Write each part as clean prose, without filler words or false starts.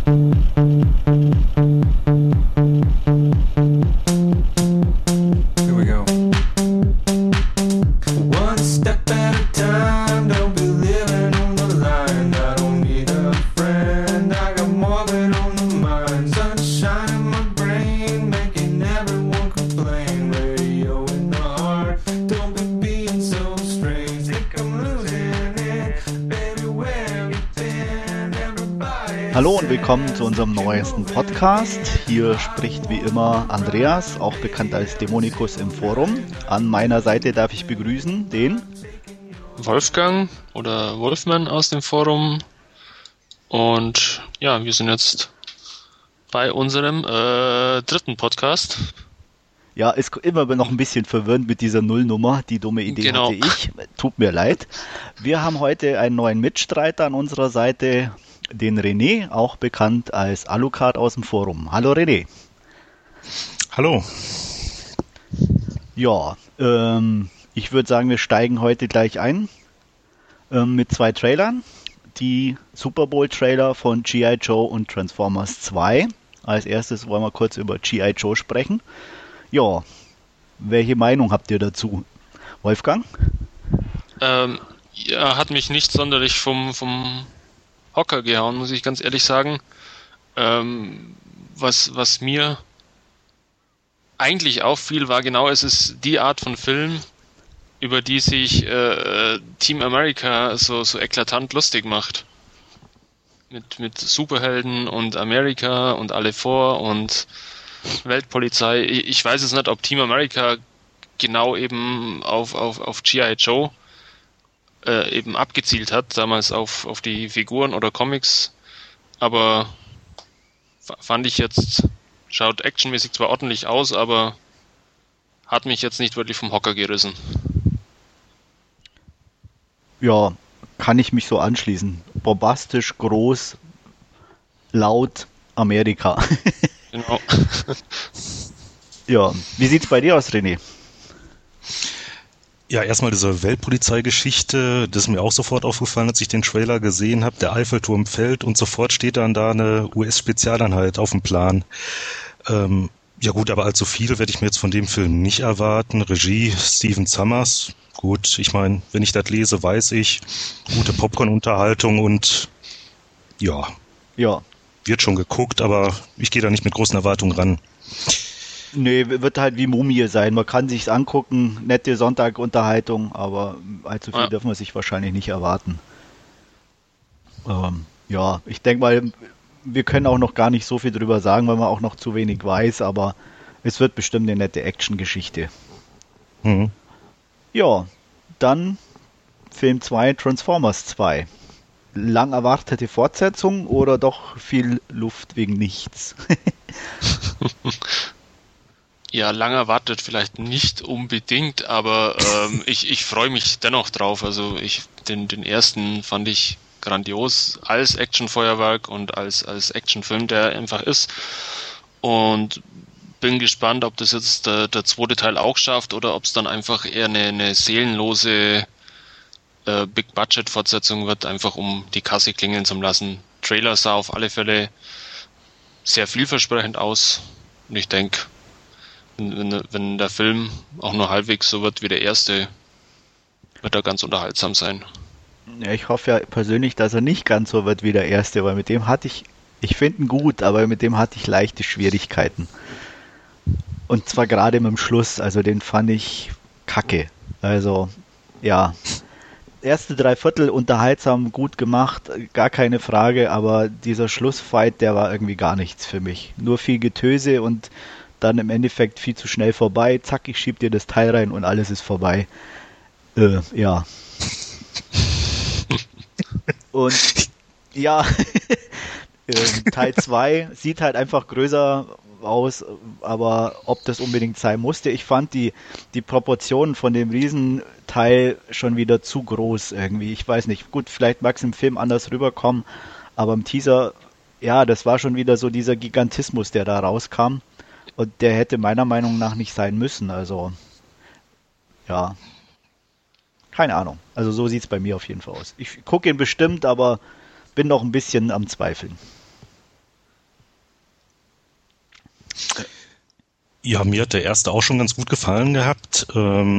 Here we go. One step at a time, don't be living on the line. I don't need a friend, I got morbid on the mind. Sunshine in my brain, making everyone complain. Radio in the heart, don't be being so strange. Think I'm losing it, baby, where have you been? Everybody. Hallo und willkommen zu unserem neuesten Podcast. Hier spricht wie immer Andreas, auch bekannt als Dämonikus im Forum. An meiner Seite darf ich begrüßen den Wolfgang oder Wolfman aus dem Forum. Und ja, wir sind jetzt bei unserem dritten Podcast. Ja, ist immer noch ein bisschen verwirrend mit dieser Nullnummer. Die dumme Idee Genau. hatte ich. Tut mir leid. Wir haben heute einen neuen Mitstreiter an unserer Seite, den René, auch bekannt als Alucard aus dem Forum. Hallo René. Hallo. Ja, ich würde sagen, wir steigen heute gleich ein mit zwei Trailern. Die Super Bowl-Trailer von G.I. Joe und Transformers 2. Als erstes wollen wir kurz über G.I. Joe sprechen. Ja, welche Meinung habt ihr dazu? Wolfgang? Ja, hat mich nicht sonderlich vom Hocker gehauen, muss ich ganz ehrlich sagen. Was mir eigentlich auffiel, war genau, es ist die Art von Film, über die sich Team America so eklatant lustig macht. Mit Superhelden und Amerika und alle vor und Weltpolizei. Ich weiß es nicht, ob Team America genau eben auf G.I. Joe eben abgezielt hat, damals auf die Figuren oder Comics, aber fand ich jetzt, schaut actionmäßig zwar ordentlich aus, aber hat mich jetzt nicht wirklich vom Hocker gerissen. Ja, kann ich mich so anschließen. Bombastisch, groß, laut, Amerika. Genau. Ja, wie sieht's bei dir aus, René? Ja, erstmal diese Weltpolizeigeschichte, das ist mir auch sofort aufgefallen, als ich den Trailer gesehen habe. Der Eiffelturm fällt und sofort steht dann da eine US-Spezialeinheit auf dem Plan. Ja gut, aber allzu viel werde ich mir jetzt von dem Film nicht erwarten. Regie Stephen Sommers. Gut, ich meine, wenn ich das lese, weiß ich, gute Popcorn-Unterhaltung und ja, Ja, wird schon geguckt, aber ich gehe da nicht mit großen Erwartungen ran. nee, wird halt wie Mumie sein. Man kann sich's angucken, nette Sonntag-Unterhaltung, aber allzu viel Ja. dürfen wir sich wahrscheinlich nicht erwarten. Ja, ich denke mal, wir können auch noch gar nicht so viel drüber sagen, weil man auch noch zu wenig weiß, aber es wird bestimmt eine nette Action-Geschichte. Mhm. Ja, dann Film 2, Transformers 2. Lang erwartete Fortsetzung oder doch viel Luft wegen nichts? Ja, lang erwartet vielleicht nicht unbedingt, aber ich freue mich dennoch drauf. Also den ersten fand ich grandios als Actionfeuerwerk und als Actionfilm, der einfach ist. Und bin gespannt, ob das jetzt der zweite Teil auch schafft oder ob es dann einfach eher eine seelenlose Big-Budget-Fortsetzung wird, einfach um die Kasse klingeln zu lassen. Trailer sah auf alle Fälle sehr vielversprechend aus und ich denke, wenn der Film auch nur halbwegs so wird wie der erste, wird er ganz unterhaltsam sein. Ja, ich hoffe ja persönlich, dass er nicht ganz so wird wie der erste, weil mit dem hatte ich finde ihn gut, aber mit dem hatte ich leichte Schwierigkeiten. Und zwar gerade mit dem Schluss, also den fand ich kacke. Also, ja. Erste Dreiviertel unterhaltsam, gut gemacht, gar keine Frage, aber dieser Schlussfight, der war irgendwie gar nichts für mich. Nur viel Getöse und dann im Endeffekt viel zu schnell vorbei. Zack, ich schieb dir das Teil rein und alles ist vorbei. Ja. Und ja, Teil 2 sieht halt einfach größer aus, aber ob das unbedingt sein musste, ich fand die Proportionen von dem Riesenteil schon wieder zu groß irgendwie. Ich weiß nicht, gut, vielleicht mag es im Film anders rüberkommen, aber im Teaser, ja, das war schon wieder so dieser Gigantismus, der da rauskam und der hätte meiner Meinung nach nicht sein müssen, also ja, keine Ahnung. Also so sieht es bei mir auf jeden Fall aus. Ich gucke ihn bestimmt, aber bin noch ein bisschen am Zweifeln. Ja, mir hat der erste auch schon ganz gut gefallen gehabt.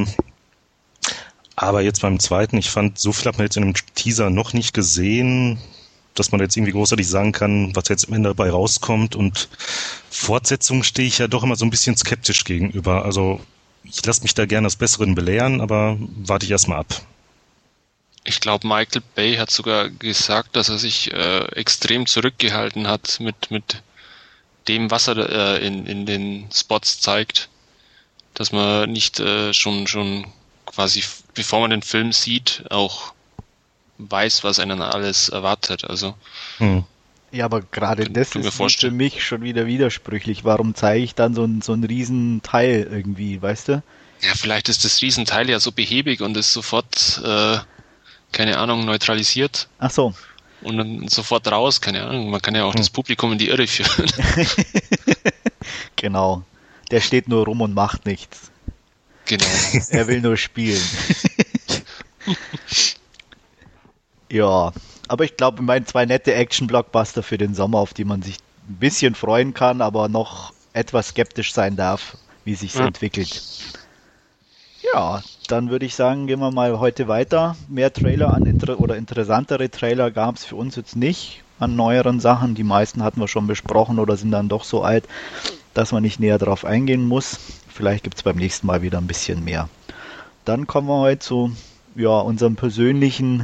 Aber jetzt beim zweiten, ich fand, so viel hat man jetzt in dem Teaser noch nicht gesehen, dass man jetzt irgendwie großartig sagen kann, was jetzt am Ende dabei rauskommt. Und Fortsetzungen stehe ich ja doch immer so ein bisschen skeptisch gegenüber. Also ich lasse mich da gerne des Besseren belehren, aber warte ich erstmal ab. Ich glaube, Michael Bay hat sogar gesagt, dass er sich extrem zurückgehalten hat mit dem, was er in den Spots zeigt. Dass man nicht schon quasi, bevor man den Film sieht, auch weiß, was einen alles erwartet. Also Ja, aber gerade das mir ist vorstellen. für mich schon wieder widersprüchlich. Warum zeige ich dann so ein Riesenteil irgendwie, weißt du? Ja, vielleicht ist das Riesenteil ja so behäbig und ist sofort, keine Ahnung, neutralisiert Ach so. und dann sofort raus, keine Ahnung. Man kann ja auch das Publikum in die Irre führen. Genau. Der steht nur rum und macht nichts. Genau. Er will nur spielen. Ja, aber ich glaube, ich meine, 2 nette Action-Blockbuster für den Sommer, auf die man sich ein bisschen freuen kann, aber noch etwas skeptisch sein darf, wie sich's entwickelt. Ja, dann würde ich sagen, gehen wir mal heute weiter. Mehr Trailer oder interessantere Trailer gab es für uns jetzt nicht an neueren Sachen. Die meisten hatten wir schon besprochen oder sind dann doch so alt, dass man nicht näher drauf eingehen muss. Vielleicht gibt es beim nächsten Mal wieder ein bisschen mehr. Dann kommen wir heute zu unserem persönlichen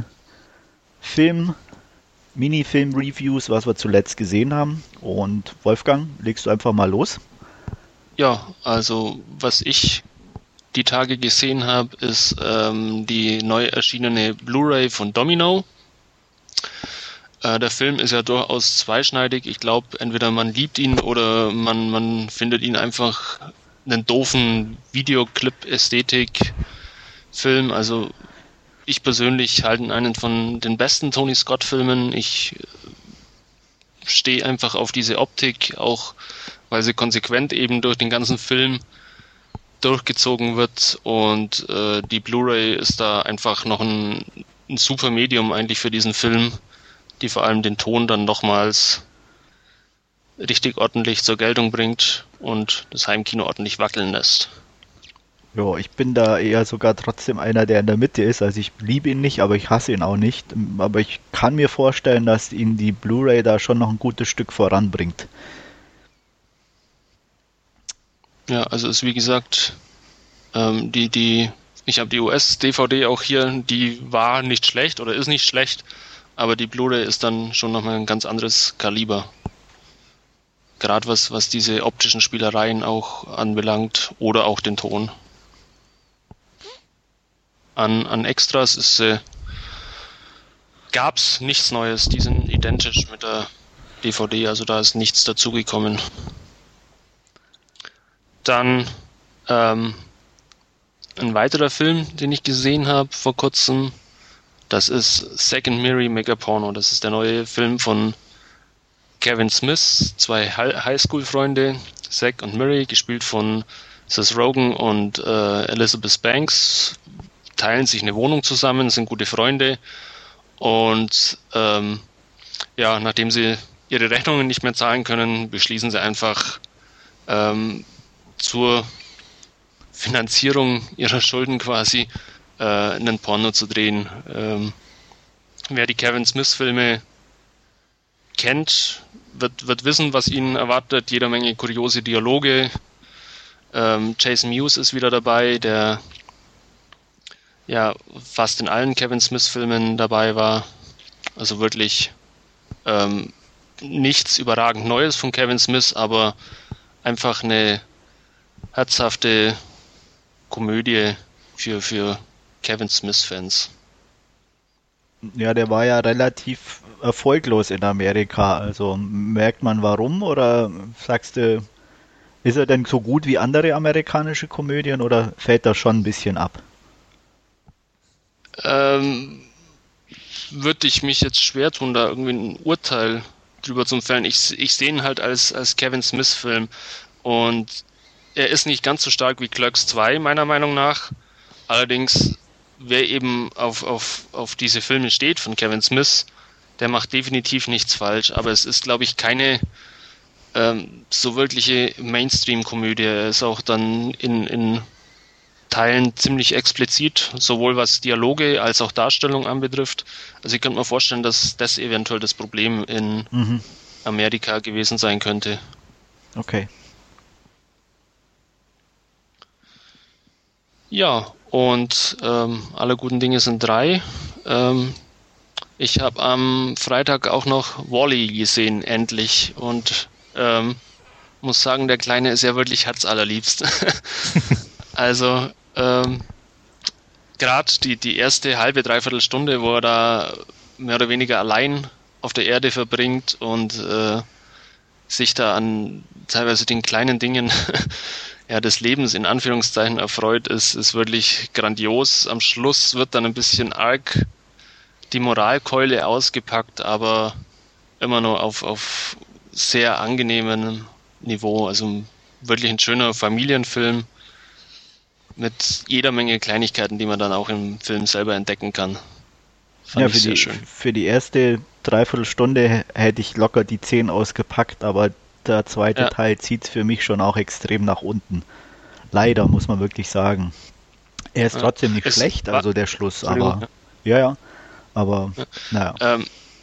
Minifilm-Reviews, was wir zuletzt gesehen haben. Und Wolfgang, legst du einfach mal los? Ja, also was ich die Tage gesehen habe, ist die neu erschienene Blu-ray von Domino. Der Film ist ja durchaus zweischneidig. Ich glaube, entweder man liebt ihn oder man findet ihn einfach einen doofen Videoclip-Ästhetik-Film. Also ich persönlich halte einen von den besten Tony Scott-Filmen. Ich stehe einfach auf diese Optik, auch weil sie konsequent eben durch den ganzen Film durchgezogen wird und die Blu-ray ist da einfach noch ein super Medium eigentlich für diesen Film, die vor allem den Ton dann nochmals richtig ordentlich zur Geltung bringt und das Heimkino ordentlich wackeln lässt. Ja, ich bin da eher sogar trotzdem einer, der in der Mitte ist. Also ich liebe ihn nicht, aber ich hasse ihn auch nicht. Aber ich kann mir vorstellen, dass ihn die Blu-ray da schon noch ein gutes Stück voranbringt. Ja, also ist wie gesagt, ich habe die US-DVD auch hier, die war nicht schlecht oder ist nicht schlecht, aber die Blu-ray ist dann schon nochmal ein ganz anderes Kaliber. Gerade was diese optischen Spielereien auch anbelangt oder auch den Ton. An Extras gab's nichts Neues, die sind identisch mit der DVD, also da ist nichts dazugekommen. Dann ein weiterer Film, den ich gesehen habe vor kurzem, das ist Zack and Miri Megaporno. Das ist der neue Film von Kevin Smith, 2 Highschool-Freunde, Zack und Miri, gespielt von Seth Rogen und Elizabeth Banks, teilen sich eine Wohnung zusammen, sind gute Freunde und nachdem sie ihre Rechnungen nicht mehr zahlen können, beschließen sie einfach zur Finanzierung ihrer Schulden quasi einen Porno zu drehen. Wer die Kevin Smith-Filme kennt, wird wissen, was ihn erwartet. Jede Menge kuriose Dialoge. Jason Mewes ist wieder dabei, der ja fast in allen Kevin Smith-Filmen dabei war. Also wirklich nichts überragend Neues von Kevin Smith, aber einfach eine herzhafte Komödie für Kevin Smith-Fans. Ja, der war ja relativ erfolglos in Amerika. Also merkt man warum oder sagst du, ist er denn so gut wie andere amerikanische Komödien oder fällt das schon ein bisschen ab? Würde ich mich jetzt schwer tun, da irgendwie ein Urteil drüber zu fällen. Ich sehe ihn halt als Kevin Smith-Film und er ist nicht ganz so stark wie Clerks 2, meiner Meinung nach. Allerdings, wer eben auf diese Filme steht von Kevin Smith, der macht definitiv nichts falsch. Aber es ist, glaube ich, keine so wirkliche Mainstream-Komödie. Er ist auch dann in Teilen ziemlich explizit, sowohl was Dialoge als auch Darstellung anbetrifft. Also ich könnte mir vorstellen, dass das eventuell das Problem in Amerika gewesen sein könnte. Okay. Ja, und alle guten Dinge sind 3. Ich habe am Freitag auch noch Wall-E gesehen, endlich. Und muss sagen, der Kleine ist ja wirklich herzallerliebst. Also, gerade die erste halbe, dreiviertel Stunde, wo er da mehr oder weniger allein auf der Erde verbringt und sich da an teilweise den kleinen Dingen des Lebens in Anführungszeichen erfreut, ist wirklich grandios. Am Schluss wird dann ein bisschen arg die Moralkeule ausgepackt, aber immer nur auf sehr angenehmem Niveau. Also wirklich ein schöner Familienfilm mit jeder Menge Kleinigkeiten, die man dann auch im Film selber entdecken kann. Fand ich sehr schön. Für die erste Dreiviertelstunde hätte ich locker die 10 ausgepackt, aber der zweite Teil zieht es für mich schon auch extrem nach unten. Leider, muss man wirklich sagen. Er ist trotzdem nicht schlecht, also der Schluss, aber naja.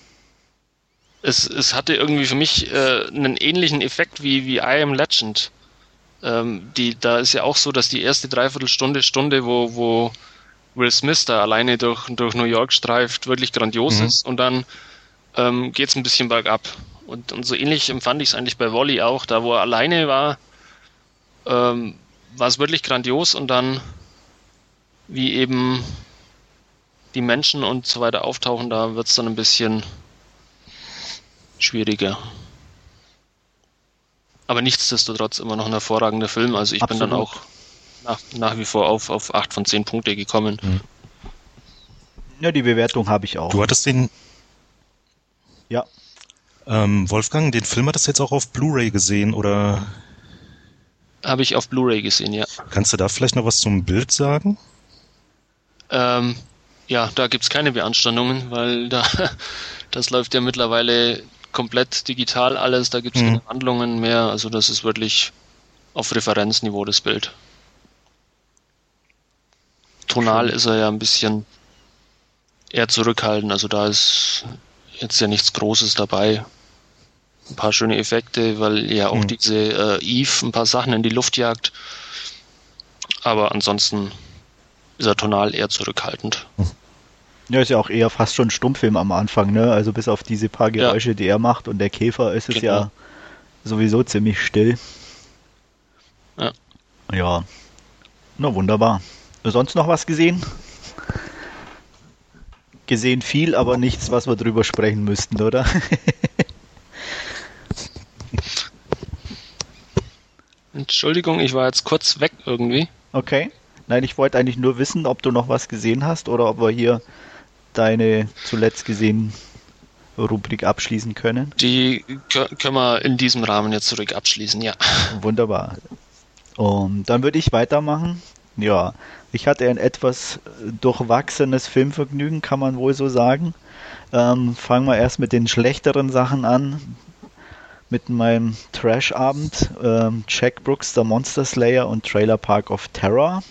Es hatte irgendwie für mich einen ähnlichen Effekt wie I Am Legend. Da ist ja auch so, dass die erste Dreiviertelstunde, wo Will Smith da alleine durch New York streift, wirklich grandios ist und dann geht's ein bisschen bergab. Und so ähnlich empfand ich es eigentlich bei Wall-E auch. Da, wo er alleine war, war es wirklich grandios und dann, wie eben die Menschen und so weiter auftauchen, da wird es dann ein bisschen schwieriger. Aber nichtsdestotrotz immer noch ein hervorragender Film. Also ich bin dann auch nach wie vor auf 8 von 10 Punkte gekommen. Ja, die Bewertung habe ich auch. Du hattest den... Ja. Wolfgang, den Film hattest du jetzt auch auf Blu-ray gesehen, oder? Habe ich auf Blu-ray gesehen, ja. Kannst du da vielleicht noch was zum Bild sagen? Ja, da gibt's keine Beanstandungen, weil das läuft ja mittlerweile komplett digital alles, da gibt's keine Handlungen mehr, also das ist wirklich auf Referenzniveau das Bild. Tonal ist er ja ein bisschen eher zurückhaltend, also da ist jetzt ja nichts Großes dabei. Ein paar schöne Effekte, weil ja auch diese Eve ein paar Sachen in die Luft jagt, aber ansonsten ist er tonal eher zurückhaltend. Ja, ist ja auch eher fast schon Stummfilm am Anfang, ne? Also bis auf diese paar Geräusche, die er macht und der Käfer, ist es ja sowieso ziemlich still. Ja. Ja. Na wunderbar. Sonst noch was gesehen? Gesehen viel, aber nichts, was wir drüber sprechen müssten, oder? Entschuldigung, ich war jetzt kurz weg irgendwie. Okay. Nein, ich wollte eigentlich nur wissen, ob du noch was gesehen hast oder ob wir hier deine zuletzt gesehen Rubrik abschließen können. Die können wir in diesem Rahmen jetzt zurück abschließen, ja. Wunderbar. Und dann würde ich weitermachen. Ja, ich hatte ein etwas durchwachsenes Filmvergnügen, kann man wohl so sagen. Fangen wir erst mit den schlechteren Sachen an. Mit meinem Trash-Abend. Jack Brooks, The Monster Slayer und Trailer Park of Terror.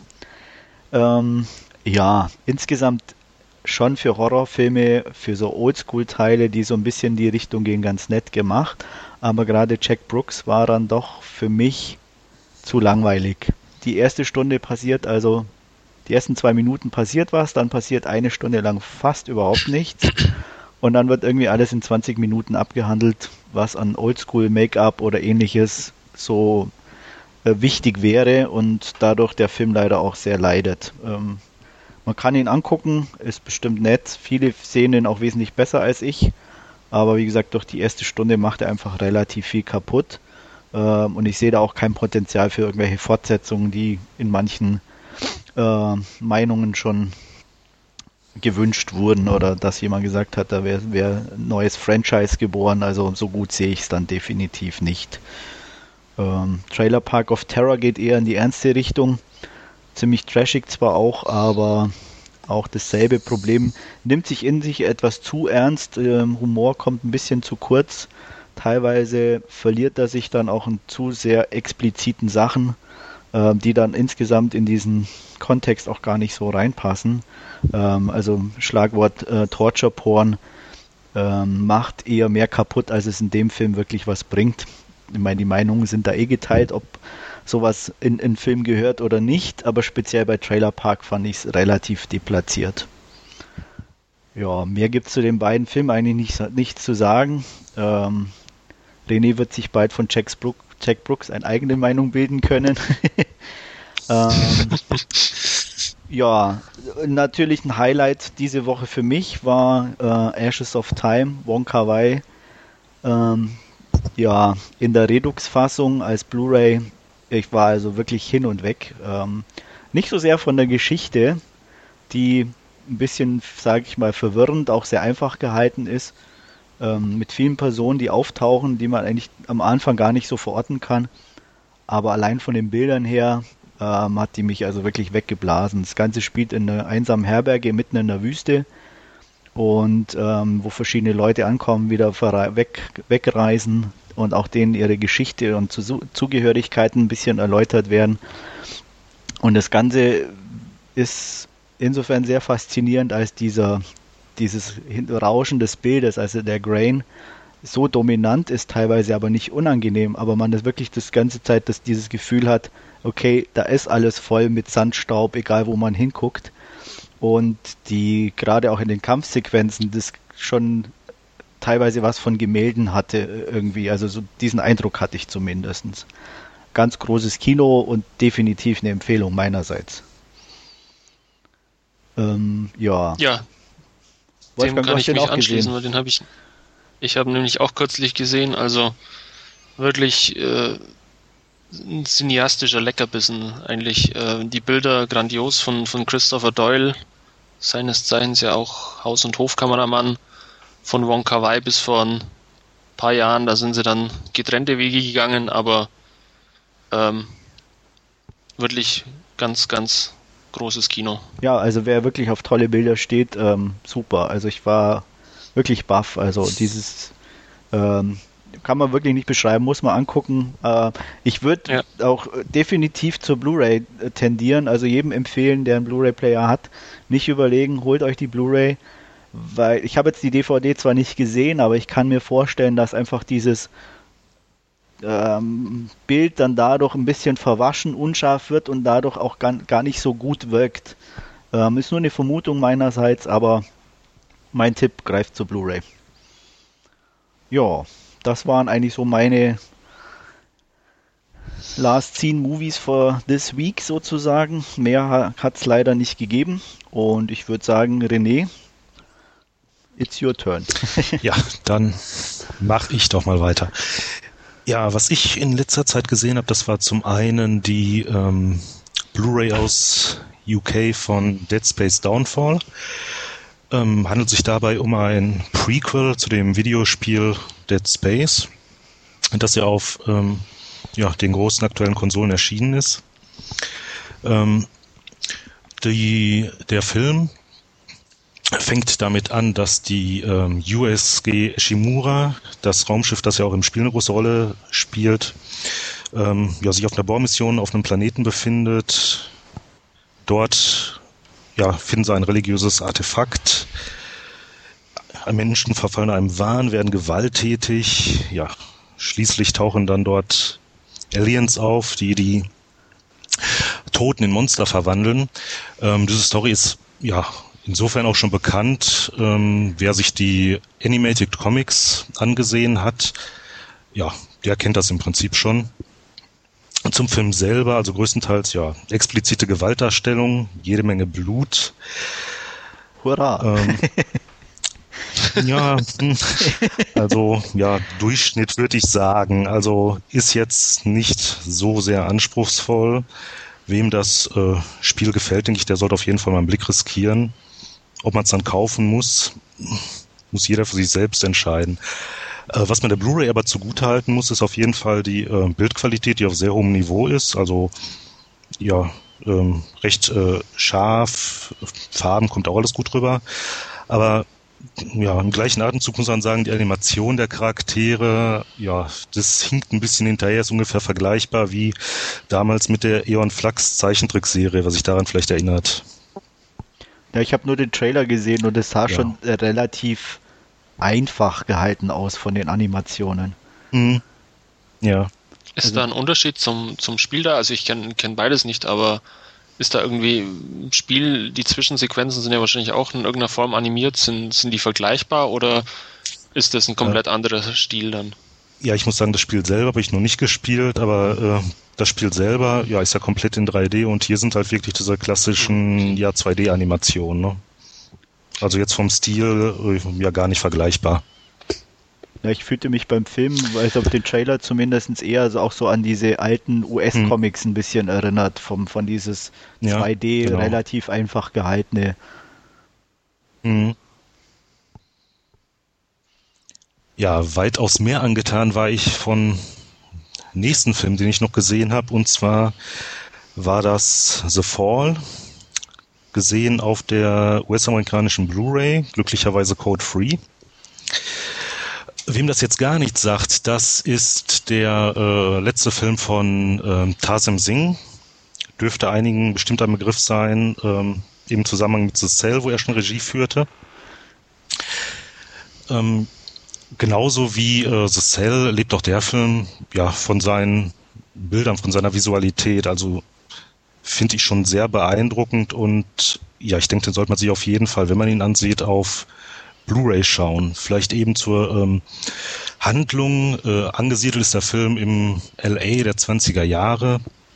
Ja, insgesamt schon für Horrorfilme, für so Oldschool-Teile, die so ein bisschen in die Richtung gehen, ganz nett gemacht. Aber gerade Jack Brooks war dann doch für mich zu langweilig. Die erste Stunde passiert, also die ersten 2 Minuten passiert was, dann passiert eine Stunde lang fast überhaupt nichts. Und dann wird irgendwie alles in 20 Minuten abgehandelt, was an Oldschool-Make-up oder ähnliches so wichtig wäre und dadurch der Film leider auch sehr leidet. Man kann ihn angucken, ist bestimmt nett. Viele sehen ihn auch wesentlich besser als ich. Aber wie gesagt, durch die erste Stunde macht er einfach relativ viel kaputt. Und ich sehe da auch kein Potenzial für irgendwelche Fortsetzungen, die in manchen Meinungen schon gewünscht wurden oder dass jemand gesagt hat, da wäre ein neues Franchise geboren. Also so gut sehe ich es dann definitiv nicht. Trailer Park of Terror geht eher in die ernste Richtung. Ziemlich trashig zwar auch, aber auch dasselbe Problem. Nimmt sich in sich etwas zu ernst. Humor kommt ein bisschen zu kurz. Teilweise verliert er sich dann auch in zu sehr expliziten Sachen, die dann insgesamt in diesen Kontext auch gar nicht so reinpassen. Also Schlagwort Torture Porn macht eher mehr kaputt, als es in dem Film wirklich was bringt. Ich meine, die Meinungen sind da geteilt, ob sowas in Film gehört oder nicht, aber speziell bei Trailer Park fand ich es relativ deplatziert. Ja, mehr gibt es zu den beiden Filmen eigentlich nichts zu sagen. René wird sich bald von Jack Brooks eine eigene Meinung bilden können. Ja, natürlich ein Highlight diese Woche für mich war Ashes of Time, Wong Kar-wai. Ja, in der Redux-Fassung als Blu-ray. Ich war also wirklich hin und weg. Nicht so sehr von der Geschichte, die ein bisschen, sage ich mal, verwirrend, auch sehr einfach gehalten ist, mit vielen Personen, die auftauchen, die man eigentlich am Anfang gar nicht so verorten kann. Aber allein von den Bildern her hat die mich also wirklich weggeblasen. Das Ganze spielt in einer einsamen Herberge mitten in der Wüste und wo verschiedene Leute ankommen, wieder wegreisen und auch denen ihre Geschichte und Zugehörigkeiten ein bisschen erläutert werden. Und das Ganze ist insofern sehr faszinierend, als dieses Rauschen des Bildes, also der Grain, so dominant ist, teilweise aber nicht unangenehm, aber man das wirklich das ganze Zeit dieses Gefühl hat, okay, da ist alles voll mit Sandstaub, egal wo man hinguckt. Und die gerade auch in den Kampfsequenzen das schon teilweise was von Gemälden hatte irgendwie, also so diesen Eindruck hatte ich zumindest. Ganz großes Kino und definitiv eine Empfehlung meinerseits. Ja. Ja, Wolfgang, dem kann ich mich auch anschließen, gesehen. weil ich habe nämlich auch kürzlich gesehen, also wirklich ein cineastischer Leckerbissen eigentlich. Die Bilder grandios von Christopher Doyle, seines Zeichens ja auch Haus- und Hofkameramann von Wong Kar-wai bis vor ein paar Jahren, da sind sie dann getrennte Wege gegangen, aber wirklich ganz, ganz großes Kino. Ja, also wer wirklich auf tolle Bilder steht, super. Also ich war wirklich baff. Also dieses kann man wirklich nicht beschreiben, muss man angucken. Ich würde auch definitiv zur Blu-ray tendieren, also jedem empfehlen, der einen Blu-ray-Player hat, nicht überlegen, holt euch die Blu-ray, weil ich habe jetzt die DVD zwar nicht gesehen, aber ich kann mir vorstellen, dass einfach dieses Bild dann dadurch ein bisschen verwaschen, unscharf wird und dadurch auch gar nicht so gut wirkt. Ist nur eine Vermutung meinerseits, aber mein Tipp, greift zur Blu-ray. Ja, das waren eigentlich so meine Last 10 Movies for this week sozusagen. Mehr hat es leider nicht gegeben und ich würde sagen, René, it's your turn. Ja, dann mache ich doch mal weiter. Ja, was ich in letzter Zeit gesehen habe, das war zum einen die Blu-ray aus UK von Dead Space Downfall. Handelt sich dabei um ein Prequel zu dem Videospiel Dead Space, das ja auf den großen aktuellen Konsolen erschienen ist. Der Film fängt damit an, dass die USG Shimura, das Raumschiff, das ja auch im Spiel eine große Rolle spielt, sich auf einer Bohrmission auf einem Planeten befindet. Dort finden sie ein religiöses Artefakt. Menschen verfallen einem Wahn, werden gewalttätig. Ja, schließlich tauchen dann dort Aliens auf, die Toten in Monster verwandeln. Diese Story ist insofern auch schon bekannt. Wer sich die Animated Comics angesehen hat, der kennt das im Prinzip schon. Zum Film selber, also größtenteils explizite Gewaltdarstellung, jede Menge Blut. Hurra! Durchschnitt würde ich sagen. Also ist jetzt nicht so sehr anspruchsvoll. Wem das Spiel gefällt, denke ich, der sollte auf jeden Fall mal einen Blick riskieren. Ob man es dann kaufen muss jeder für sich selbst entscheiden. Was man der Blu-ray aber zugutehalten muss, ist auf jeden Fall die Bildqualität, die auf sehr hohem Niveau ist. Also recht scharf, Farben kommt auch alles gut rüber. Aber ja, im gleichen Atemzug muss man sagen, die Animation der Charaktere, ja, das hinkt ein bisschen hinterher, ist ungefähr vergleichbar wie damals mit der Eon Flux Zeichentrickserie, was sich daran vielleicht erinnert. Ja, ich habe nur den Trailer gesehen und es sah Ja. schon relativ einfach gehalten aus von den Animationen. Mhm. Ja. Ist da ein Unterschied zum Spiel da? Also ich kenn beides nicht, aber ist da irgendwie im Spiel, die Zwischensequenzen sind ja wahrscheinlich auch in irgendeiner Form animiert, sind die vergleichbar oder ist das ein komplett anderer Stil dann? Ja, ich muss sagen, das Spiel selber habe ich noch nicht gespielt, aber das Spiel selber, ja, ist ja komplett in 3D und hier sind halt wirklich diese klassischen, ja, 2D-Animationen, ne? Also jetzt vom Stil, ja, gar nicht vergleichbar. Ja, ich fühlte mich beim Film, weil es auf den Trailer zumindest eher so auch so an diese alten US-Comics ein bisschen erinnert, von dieses Ja, 2D genau. relativ einfach gehaltene. Mhm. Ja, weitaus mehr angetan war ich von nächsten Film, den ich noch gesehen habe, und zwar war das The Fall, gesehen auf der US-amerikanischen Blu-ray, glücklicherweise code-free. Wem das jetzt gar nichts sagt, das ist der letzte Film von Tarsem Singh. Dürfte einigen bestimmt ein Begriff sein, im Zusammenhang mit The Cell, wo er schon Regie führte. Genauso wie The Cell lebt auch der Film ja von seinen Bildern, von seiner Visualität. Also finde ich schon sehr beeindruckend und ja, ich denke, den sollte man sich auf jeden Fall, wenn man ihn ansieht, auf Blu-ray schauen. Vielleicht eben zur Handlung. Angesiedelt ist der Film im LA der 20er Jahre.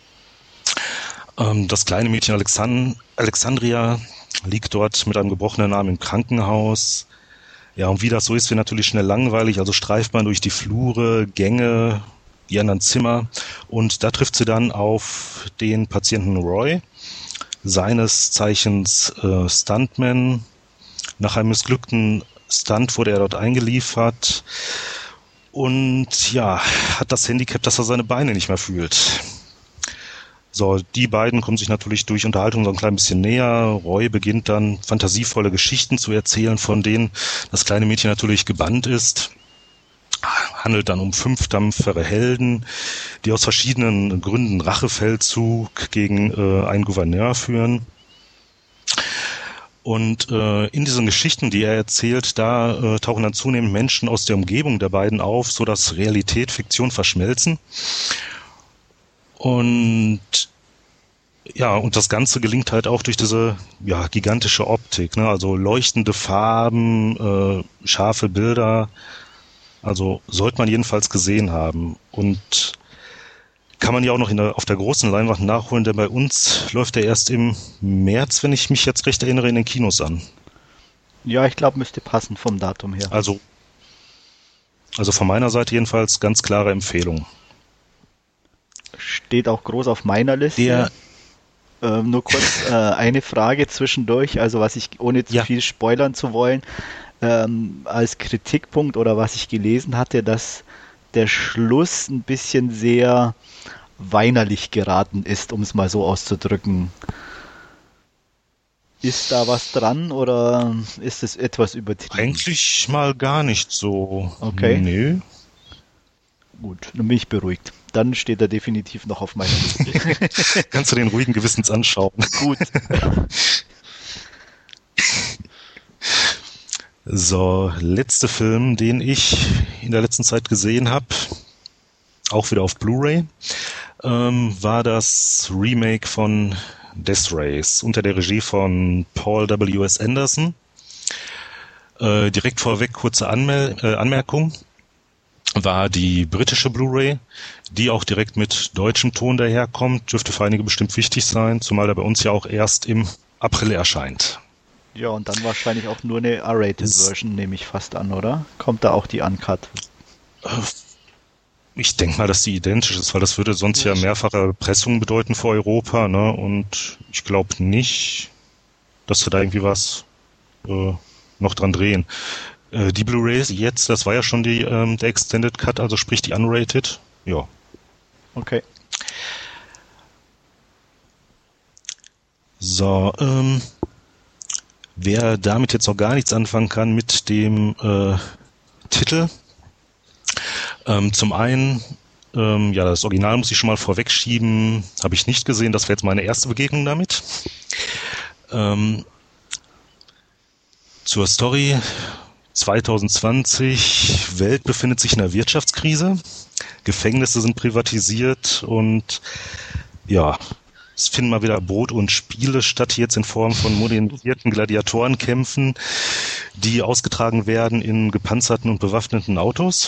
Das kleine Mädchen Alexandria liegt dort mit einem gebrochenen Arm im Krankenhaus. Ja, und wie das so ist, wird natürlich schnell langweilig. Also streift man durch die Flure, Gänge, die anderen Zimmer. Und da trifft sie dann auf den Patienten Roy, seines Zeichens Stuntman. Nach einem missglückten Stunt wurde er dort eingeliefert und ja, hat das Handicap, dass er seine Beine nicht mehr fühlt. So, die beiden kommen sich natürlich durch Unterhaltung so ein klein bisschen näher. Roy beginnt dann fantasievolle Geschichten zu erzählen, von denen das kleine Mädchen natürlich gebannt ist. Handelt dann um 5 tapfere Helden, die aus verschiedenen Gründen Rachefeldzug gegen einen Gouverneur führen. Und in diesen Geschichten, die er erzählt, da tauchen dann zunehmend Menschen aus der Umgebung der beiden auf, so dass Realität, Fiktion verschmelzen. Und ja, und das Ganze gelingt halt auch durch diese ja, gigantische Optik, ne? Also leuchtende Farben, scharfe Bilder. Also sollte man jedenfalls gesehen haben. Und kann man ja auch noch auf der großen Leinwand nachholen, denn bei uns läuft er erst im März, wenn ich mich jetzt recht erinnere, in den Kinos an. Ja, ich glaube, müsste passen vom Datum her. Also von meiner Seite jedenfalls ganz klare Empfehlung. Steht auch groß auf meiner Liste. Nur kurz eine Frage zwischendurch, also was ich, ohne zu viel spoilern zu wollen, als Kritikpunkt oder was ich gelesen hatte, dass der Schluss ein bisschen sehr weinerlich geraten ist, um es mal so auszudrücken. Ist da was dran oder ist es etwas übertrieben? Eigentlich mal gar nicht so. Okay. Nee. Gut, dann bin ich beruhigt. Dann steht er definitiv noch auf meiner Liste. Kannst du den ruhigen Gewissens anschauen. Gut. So, letzter Film, den ich in der letzten Zeit gesehen habe, auch wieder auf Blu-ray, war das Remake von Death Race unter der Regie von Paul W.S. Anderson. Direkt vorweg kurze Anmerkung. War die britische Blu-ray, die auch direkt mit deutschem Ton daherkommt, dürfte für einige bestimmt wichtig sein, zumal er bei uns ja auch erst im April erscheint. Ja, und dann wahrscheinlich auch nur eine R-Rated-Version, nehme ich fast an, oder? Kommt da auch die Uncut? Ich denke mal, dass die identisch ist, weil das würde sonst ja mehrfache Pressungen bedeuten für Europa, ne? Und ich glaube nicht, dass wir da irgendwie was noch dran drehen. Die Blu-ray jetzt, das war ja schon der Extended Cut, also sprich die Unrated. Ja. Okay. So, Wer damit jetzt noch gar nichts anfangen kann mit dem Titel, zum einen, das Original muss ich schon mal vorwegschieben, habe ich nicht gesehen, das wäre jetzt meine erste Begegnung damit. Zur Story, 2020, Welt befindet sich in einer Wirtschaftskrise, Gefängnisse sind privatisiert und ja, es finden mal wieder Brot und Spiele statt, jetzt in Form von modernisierten Gladiatorenkämpfen, die ausgetragen werden in gepanzerten und bewaffneten Autos.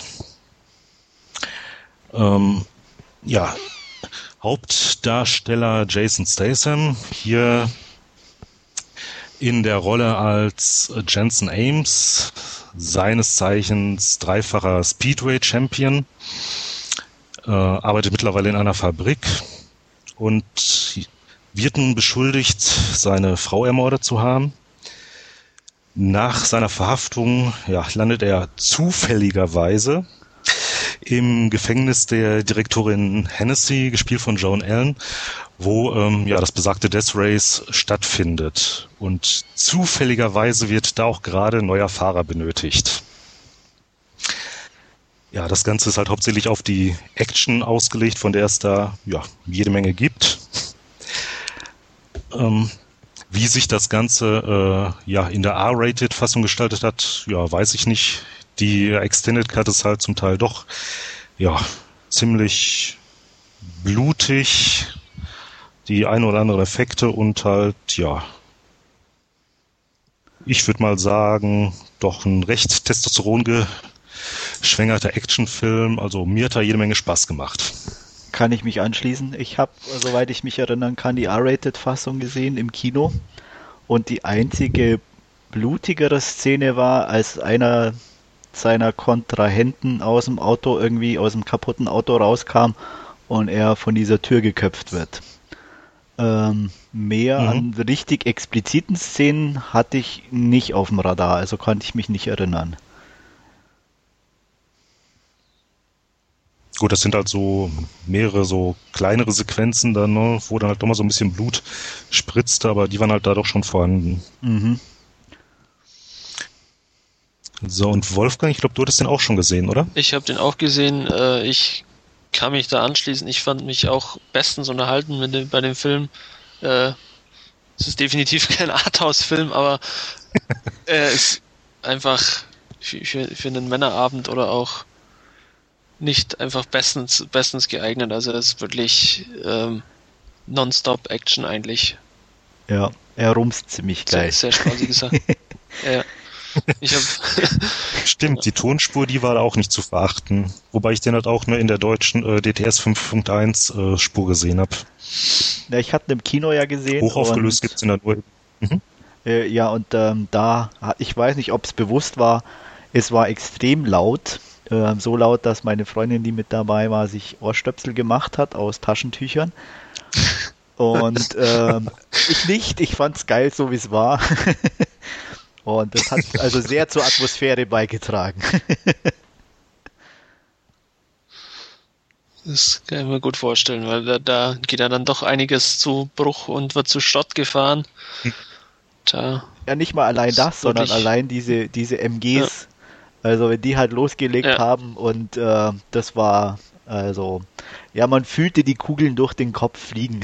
Hauptdarsteller Jason Statham, hier in der Rolle als Jensen Ames, seines Zeichens dreifacher Speedway-Champion, arbeitet mittlerweile in einer Fabrik und wird nun beschuldigt, seine Frau ermordet zu haben. Nach seiner Verhaftung landet er zufälligerweise im Gefängnis der Direktorin Hennessy, gespielt von Joan Allen, wo das besagte Death Race stattfindet. Und zufälligerweise wird da auch gerade ein neuer Fahrer benötigt. Ja, das Ganze ist halt hauptsächlich auf die Action ausgelegt, von der es da jede Menge gibt. Wie sich das Ganze in der R-Rated-Fassung gestaltet hat, weiß ich nicht. Die Extended Cut ist halt zum Teil doch ziemlich blutig, die ein oder andere Effekte und halt ich würde mal sagen, doch ein recht testosterongeschwängerter Actionfilm. Also mir hat da jede Menge Spaß gemacht. Kann ich mich anschließen. Ich habe, soweit ich mich erinnern kann, die R-Rated-Fassung gesehen im Kino und die einzige blutigere Szene war, als einer seiner Kontrahenten aus dem kaputten Auto rauskam und er von dieser Tür geköpft wird. Mehr an richtig expliziten Szenen hatte ich nicht auf dem Radar, also konnte ich mich nicht erinnern. Gut, das sind halt so mehrere so kleinere Sequenzen dann, ne, wo dann halt doch mal so ein bisschen Blut spritzte, aber die waren halt da doch schon vorhanden. Mhm. So, und Wolfgang, ich glaube, du hattest den auch schon gesehen, oder? Ich habe den auch gesehen. Ich kann mich da anschließen. Ich fand mich auch bestens unterhalten bei dem Film. Es ist definitiv kein Arthouse-Film, aber ist einfach für einen Männerabend oder auch nicht einfach bestens geeignet. Also das ist wirklich Nonstop-Action eigentlich. Ja, er rumst ziemlich geil. Sehr spaßige Sache. Ja. Stimmt, die Tonspur, die war auch nicht zu verachten. Wobei ich den halt auch nur in der deutschen DTS 5.1 Spur gesehen habe. Ja, ich hatte ihn im Kino ja gesehen. Hochaufgelöst gibt es in der nur. Ich weiß nicht, ob es bewusst war, es war extrem laut. So laut, dass meine Freundin, die mit dabei war, sich Ohrstöpsel gemacht hat aus Taschentüchern. Und ich fand's geil, so wie es war. Und das hat also sehr zur Atmosphäre beigetragen. Das kann ich mir gut vorstellen, weil da geht ja dann doch einiges zu Bruch und wird zu Schrott gefahren. Ja, nicht mal allein das, sondern allein diese MGs. Also wenn die halt losgelegt haben und das war, also, ja, man fühlte die Kugeln durch den Kopf fliegen.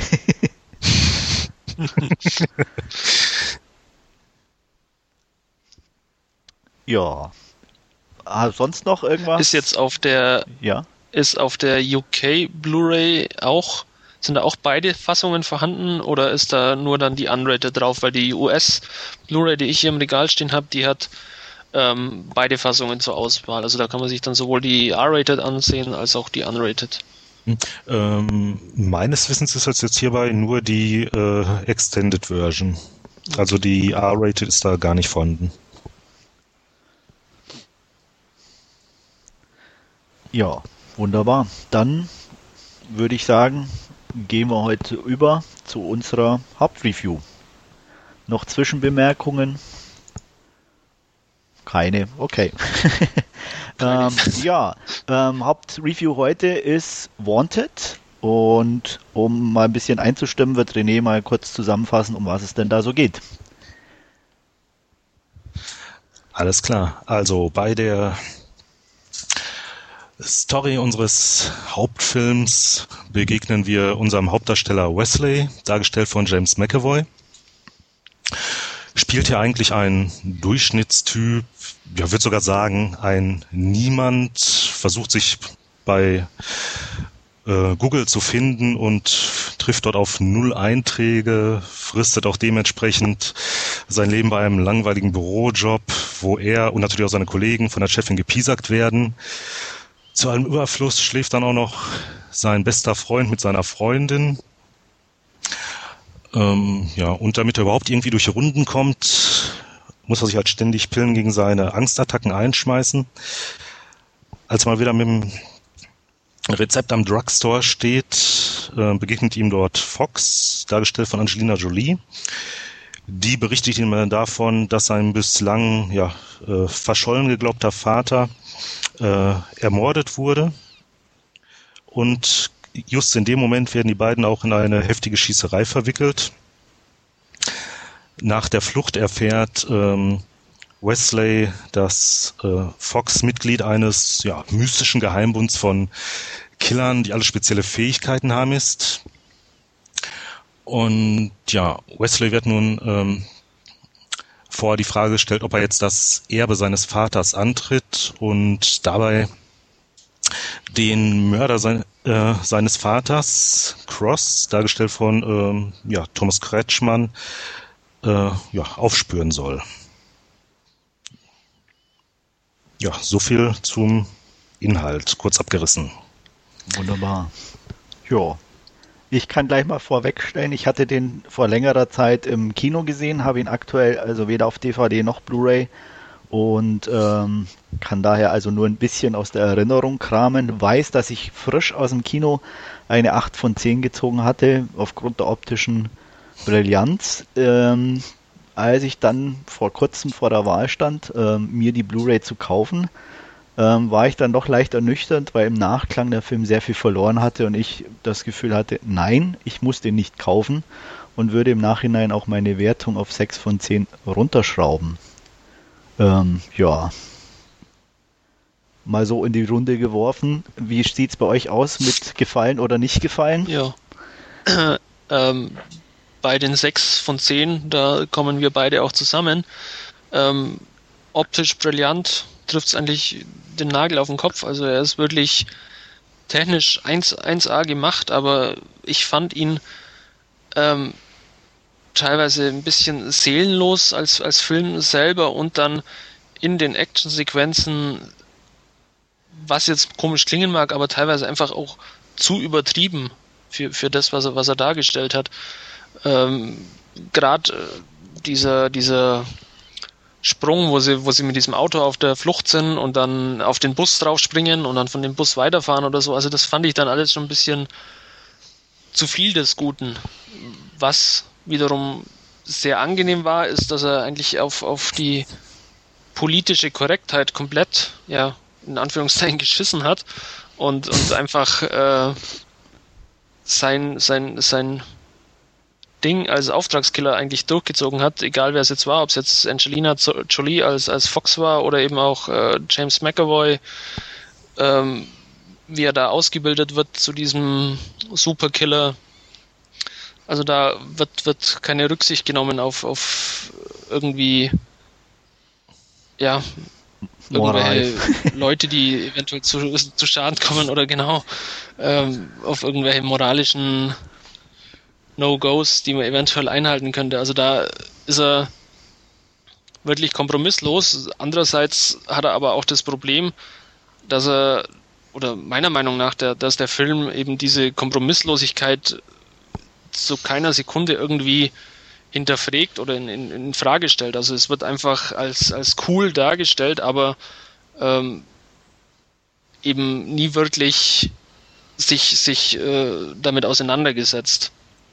Ja. Sonst noch irgendwas? Ist jetzt auf der UK Blu-ray auch, sind da auch beide Fassungen vorhanden oder ist da nur dann die Unrated drauf? Weil die US Blu-ray, die ich hier im Regal stehen habe, die hat beide Fassungen zur Auswahl. Also da kann man sich dann sowohl die R-Rated ansehen als auch die Unrated. Meines Wissens ist das jetzt hierbei nur die Extended Version. Also die R-Rated ist da gar nicht vorhanden. Ja, wunderbar. Dann würde ich sagen, gehen wir heute über zu unserer Hauptreview. Noch Zwischenbemerkungen? Keine, okay. Hauptreview heute ist Wanted. Und um mal ein bisschen einzustimmen, wird René mal kurz zusammenfassen, um was es denn da so geht. Alles klar. Also bei der Story unseres Hauptfilms begegnen wir unserem Hauptdarsteller Wesley, dargestellt von James McAvoy. Spielt hier eigentlich ein Durchschnittstyp, ja, würde sogar sagen, ein Niemand, versucht sich bei Google zu finden und trifft dort auf 0 Einträge, fristet auch dementsprechend sein Leben bei einem langweiligen Bürojob, wo er und natürlich auch seine Kollegen von der Chefin gepiesackt werden. Zu allem Überfluss schläft dann auch noch sein bester Freund mit seiner Freundin. Ja, und damit er überhaupt irgendwie durch die Runden kommt, muss er sich halt ständig Pillen gegen seine Angstattacken einschmeißen. Als er mal wieder mit dem Rezept am Drugstore steht, begegnet ihm dort Fox, dargestellt von Angelina Jolie. Die berichtet ihm davon, dass sein bislang verschollen geglaubter Vater ermordet wurde. Und just in dem Moment werden die beiden auch in eine heftige Schießerei verwickelt. Nach der Flucht erfährt Wesley, dass Fox Mitglied eines mystischen Geheimbunds von Killern, die alle spezielle Fähigkeiten haben, ist. Und ja, Wesley wird nun vor die Frage gestellt, ob er jetzt das Erbe seines Vaters antritt und dabei den Mörder seines Vaters, Cross, dargestellt von Thomas Kretschmann, aufspüren soll. Ja, so viel zum Inhalt, kurz abgerissen. Wunderbar. Ja, ich kann gleich mal vorwegstellen, ich hatte den vor längerer Zeit im Kino gesehen, habe ihn aktuell also weder auf DVD noch Blu-ray und kann daher also nur ein bisschen aus der Erinnerung kramen. Weiß, dass ich frisch aus dem Kino eine 8 von 10 gezogen hatte, aufgrund der optischen Brillanz. Als ich dann vor kurzem vor der Wahl stand, mir die Blu-ray zu kaufen, war ich dann doch leicht ernüchternd, weil im Nachklang der Film sehr viel verloren hatte und ich das Gefühl hatte, nein, ich muss den nicht kaufen und würde im Nachhinein auch meine Wertung auf 6 von 10 runterschrauben. Mal so in die Runde geworfen. Wie sieht's bei euch aus mit gefallen oder nicht gefallen? Ja. Bei den 6 von 10, da kommen wir beide auch zusammen. Optisch brillant, trifft es eigentlich den Nagel auf den Kopf. Also er ist wirklich technisch 1A gemacht, aber ich fand ihn teilweise ein bisschen seelenlos als Film selber und dann in den Actionsequenzen, was jetzt komisch klingen mag, aber teilweise einfach auch zu übertrieben für das, was er dargestellt hat. Gerade dieser Sprung, wo sie mit diesem Auto auf der Flucht sind und dann auf den Bus draufspringen und dann von dem Bus weiterfahren oder so, also das fand ich dann alles schon ein bisschen zu viel des Guten. Was wiederum sehr angenehm war, ist, dass er eigentlich auf die politische Korrektheit komplett, in Anführungszeichen geschissen hat und einfach sein Ding als Auftragskiller eigentlich durchgezogen hat, egal wer es jetzt war, ob es jetzt Angelina Jolie als Fox war oder eben auch James McAvoy, wie er da ausgebildet wird zu diesem Superkiller. Also da wird keine Rücksicht genommen auf irgendwie irgendwelche Leute, die eventuell zu Schaden kommen oder auf irgendwelche moralischen No-Gos, die man eventuell einhalten könnte. Also da ist er wirklich kompromisslos. Andererseits hat er aber auch das Problem, dass er, oder meiner Meinung nach, dass der Film eben diese Kompromisslosigkeit zu keiner Sekunde irgendwie hinterfragt oder in Frage stellt. Also es wird einfach als cool dargestellt, aber eben nie wirklich sich damit auseinandergesetzt.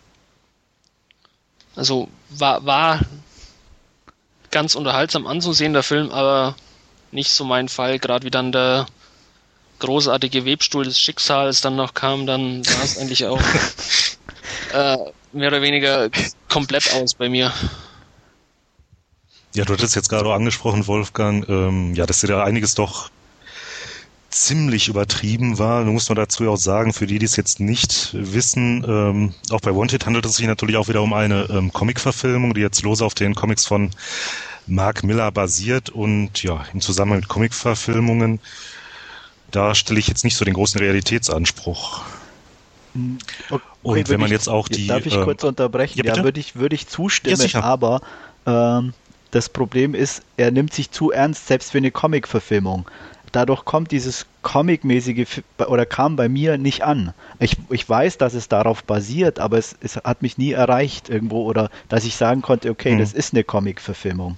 Also war ganz unterhaltsam anzusehen, der Film, aber nicht so mein Fall. Gerade wie dann der großartige Webstuhl des Schicksals dann noch kam, dann war es eigentlich auch mehr oder weniger komplett aus bei mir. Ja, du hattest jetzt gerade auch angesprochen, Wolfgang, ja, dass ja einiges doch ziemlich übertrieben war. Du musst man dazu ja auch sagen, für die, die es jetzt nicht wissen, auch bei Wanted handelt es sich natürlich auch wieder um eine Comic-Verfilmung, die jetzt lose auf den Comics von Mark Millar basiert und ja, im Zusammenhang mit Comic-Verfilmungen, da stelle ich jetzt nicht so den großen Realitätsanspruch. Okay, Und wenn man jetzt auch die... Darf ich kurz unterbrechen? Ja, bitte? Würde ich zustimmen, Ja, sicher. aber das Problem ist, er nimmt sich zu ernst, selbst für eine Comic-Verfilmung. Dadurch kommt dieses Comic-mäßige oder kam bei mir nicht an. Ich weiß, dass es darauf basiert, aber es hat mich nie erreicht irgendwo oder dass ich sagen konnte, okay, das ist eine Comic-Verfilmung.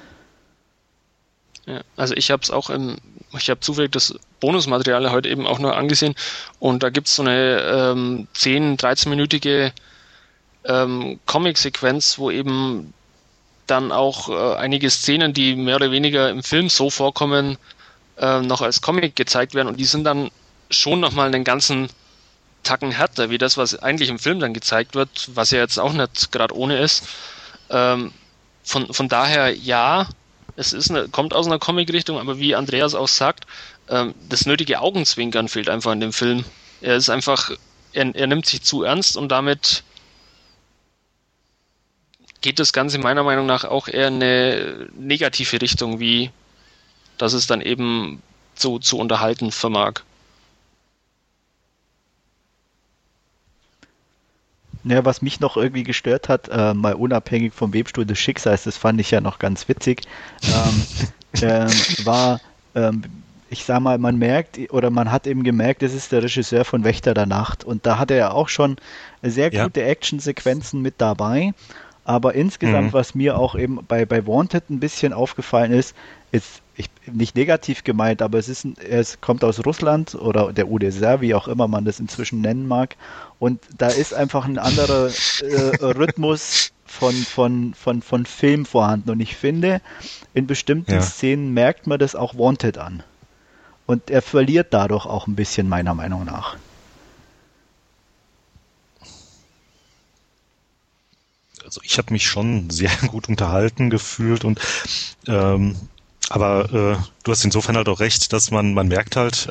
Ja, also ich habe zufällig das Bonusmaterial heute eben auch nur angesehen und da gibt es so eine 10-13-minütige Comic-Sequenz, wo eben dann auch einige Szenen, die mehr oder weniger im Film so vorkommen, noch als Comic gezeigt werden und die sind dann schon nochmal einen ganzen Tacken härter, wie das, was eigentlich im Film dann gezeigt wird, was ja jetzt auch nicht gerade ohne ist. Von daher ja, kommt aus einer Comic-Richtung, aber wie Andreas auch sagt, das nötige Augenzwinkern fehlt einfach in dem Film. Er ist einfach, er nimmt sich zu ernst und damit geht das Ganze meiner Meinung nach auch eher in eine negative Richtung, wie dass es dann eben zu unterhalten vermag. Ja, was mich noch irgendwie gestört hat, mal unabhängig vom Webstuhl des Schicksals, das fand ich ja noch ganz witzig, war, ich sag mal, man merkt oder man hat eben gemerkt, das ist der Regisseur von Wächter der Nacht und da hat er ja auch schon sehr gute Actionsequenzen mit dabei, aber insgesamt, was mir auch eben bei Wanted ein bisschen aufgefallen ist nicht negativ gemeint, aber es kommt aus Russland oder der UdSSR, wie auch immer man das inzwischen nennen mag. Und da ist einfach ein anderer Rhythmus von Film vorhanden. Und ich finde, in bestimmten Szenen merkt man das auch Wanted an. Und er verliert dadurch auch ein bisschen, meiner Meinung nach. Also ich habe mich schon sehr gut unterhalten gefühlt und aber du hast insofern halt auch recht, dass man merkt halt,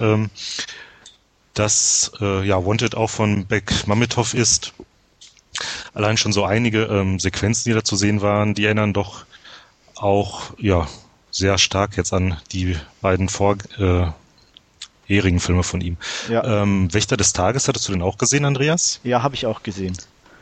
dass Wanted auch von Beck Mametov ist. Allein schon so einige Sequenzen, die da zu sehen waren, die erinnern doch auch sehr stark jetzt an die beiden vorherigen Filme von ihm. Ja. Wächter des Tages, hattest du den auch gesehen, Andreas? Ja, habe ich auch gesehen.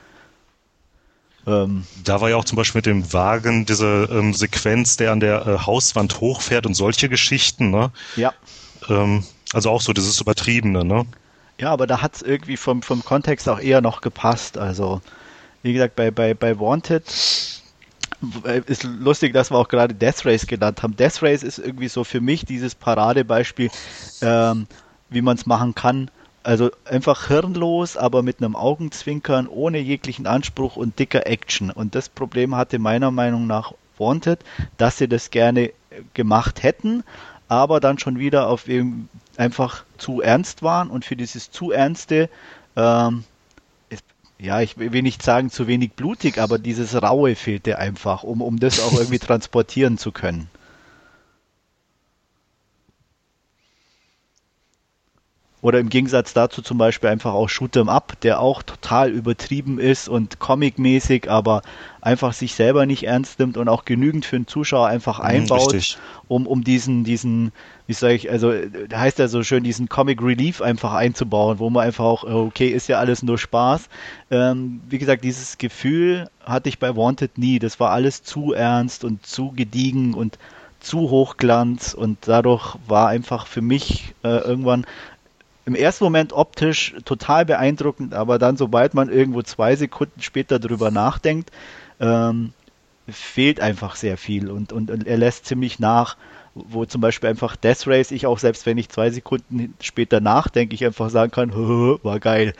Da war ja auch zum Beispiel mit dem Wagen diese Sequenz, der an der Hauswand hochfährt und solche Geschichten, ne? Ja. Also auch so dieses Übertriebene, ne? Ja, aber da hat es irgendwie vom Kontext auch eher noch gepasst. Also, wie gesagt, bei Wanted ist lustig, dass wir auch gerade Death Race genannt haben. Death Race ist irgendwie so für mich dieses Paradebeispiel, wie man es machen kann. Also einfach hirnlos, aber mit einem Augenzwinkern, ohne jeglichen Anspruch und dicker Action. Und das Problem hatte meiner Meinung nach Wanted, dass sie das gerne gemacht hätten, aber dann schon wieder auf eben einfach zu ernst waren und für dieses zu Ernste, ich will nicht sagen zu wenig blutig, aber dieses Raue fehlte einfach, um das auch irgendwie transportieren zu können. Oder im Gegensatz dazu zum Beispiel einfach auch Shoot'em Up, der auch total übertrieben ist und comic-mäßig, aber einfach sich selber nicht ernst nimmt und auch genügend für den Zuschauer einfach einbaut, um diesen, wie sage ich, also da heißt ja so schön, diesen Comic Relief einfach einzubauen, wo man einfach auch, okay, ist ja alles nur Spaß. Wie gesagt, dieses Gefühl hatte ich bei Wanted nie. Das war alles zu ernst und zu gediegen und zu Hochglanz und dadurch war einfach für mich irgendwann im ersten Moment optisch total beeindruckend, aber dann, sobald man irgendwo 2 Sekunden später drüber nachdenkt, fehlt einfach sehr viel und er lässt ziemlich nach, wo zum Beispiel einfach Death Race, ich auch selbst wenn ich 2 Sekunden später nachdenke, ich einfach sagen kann, war geil.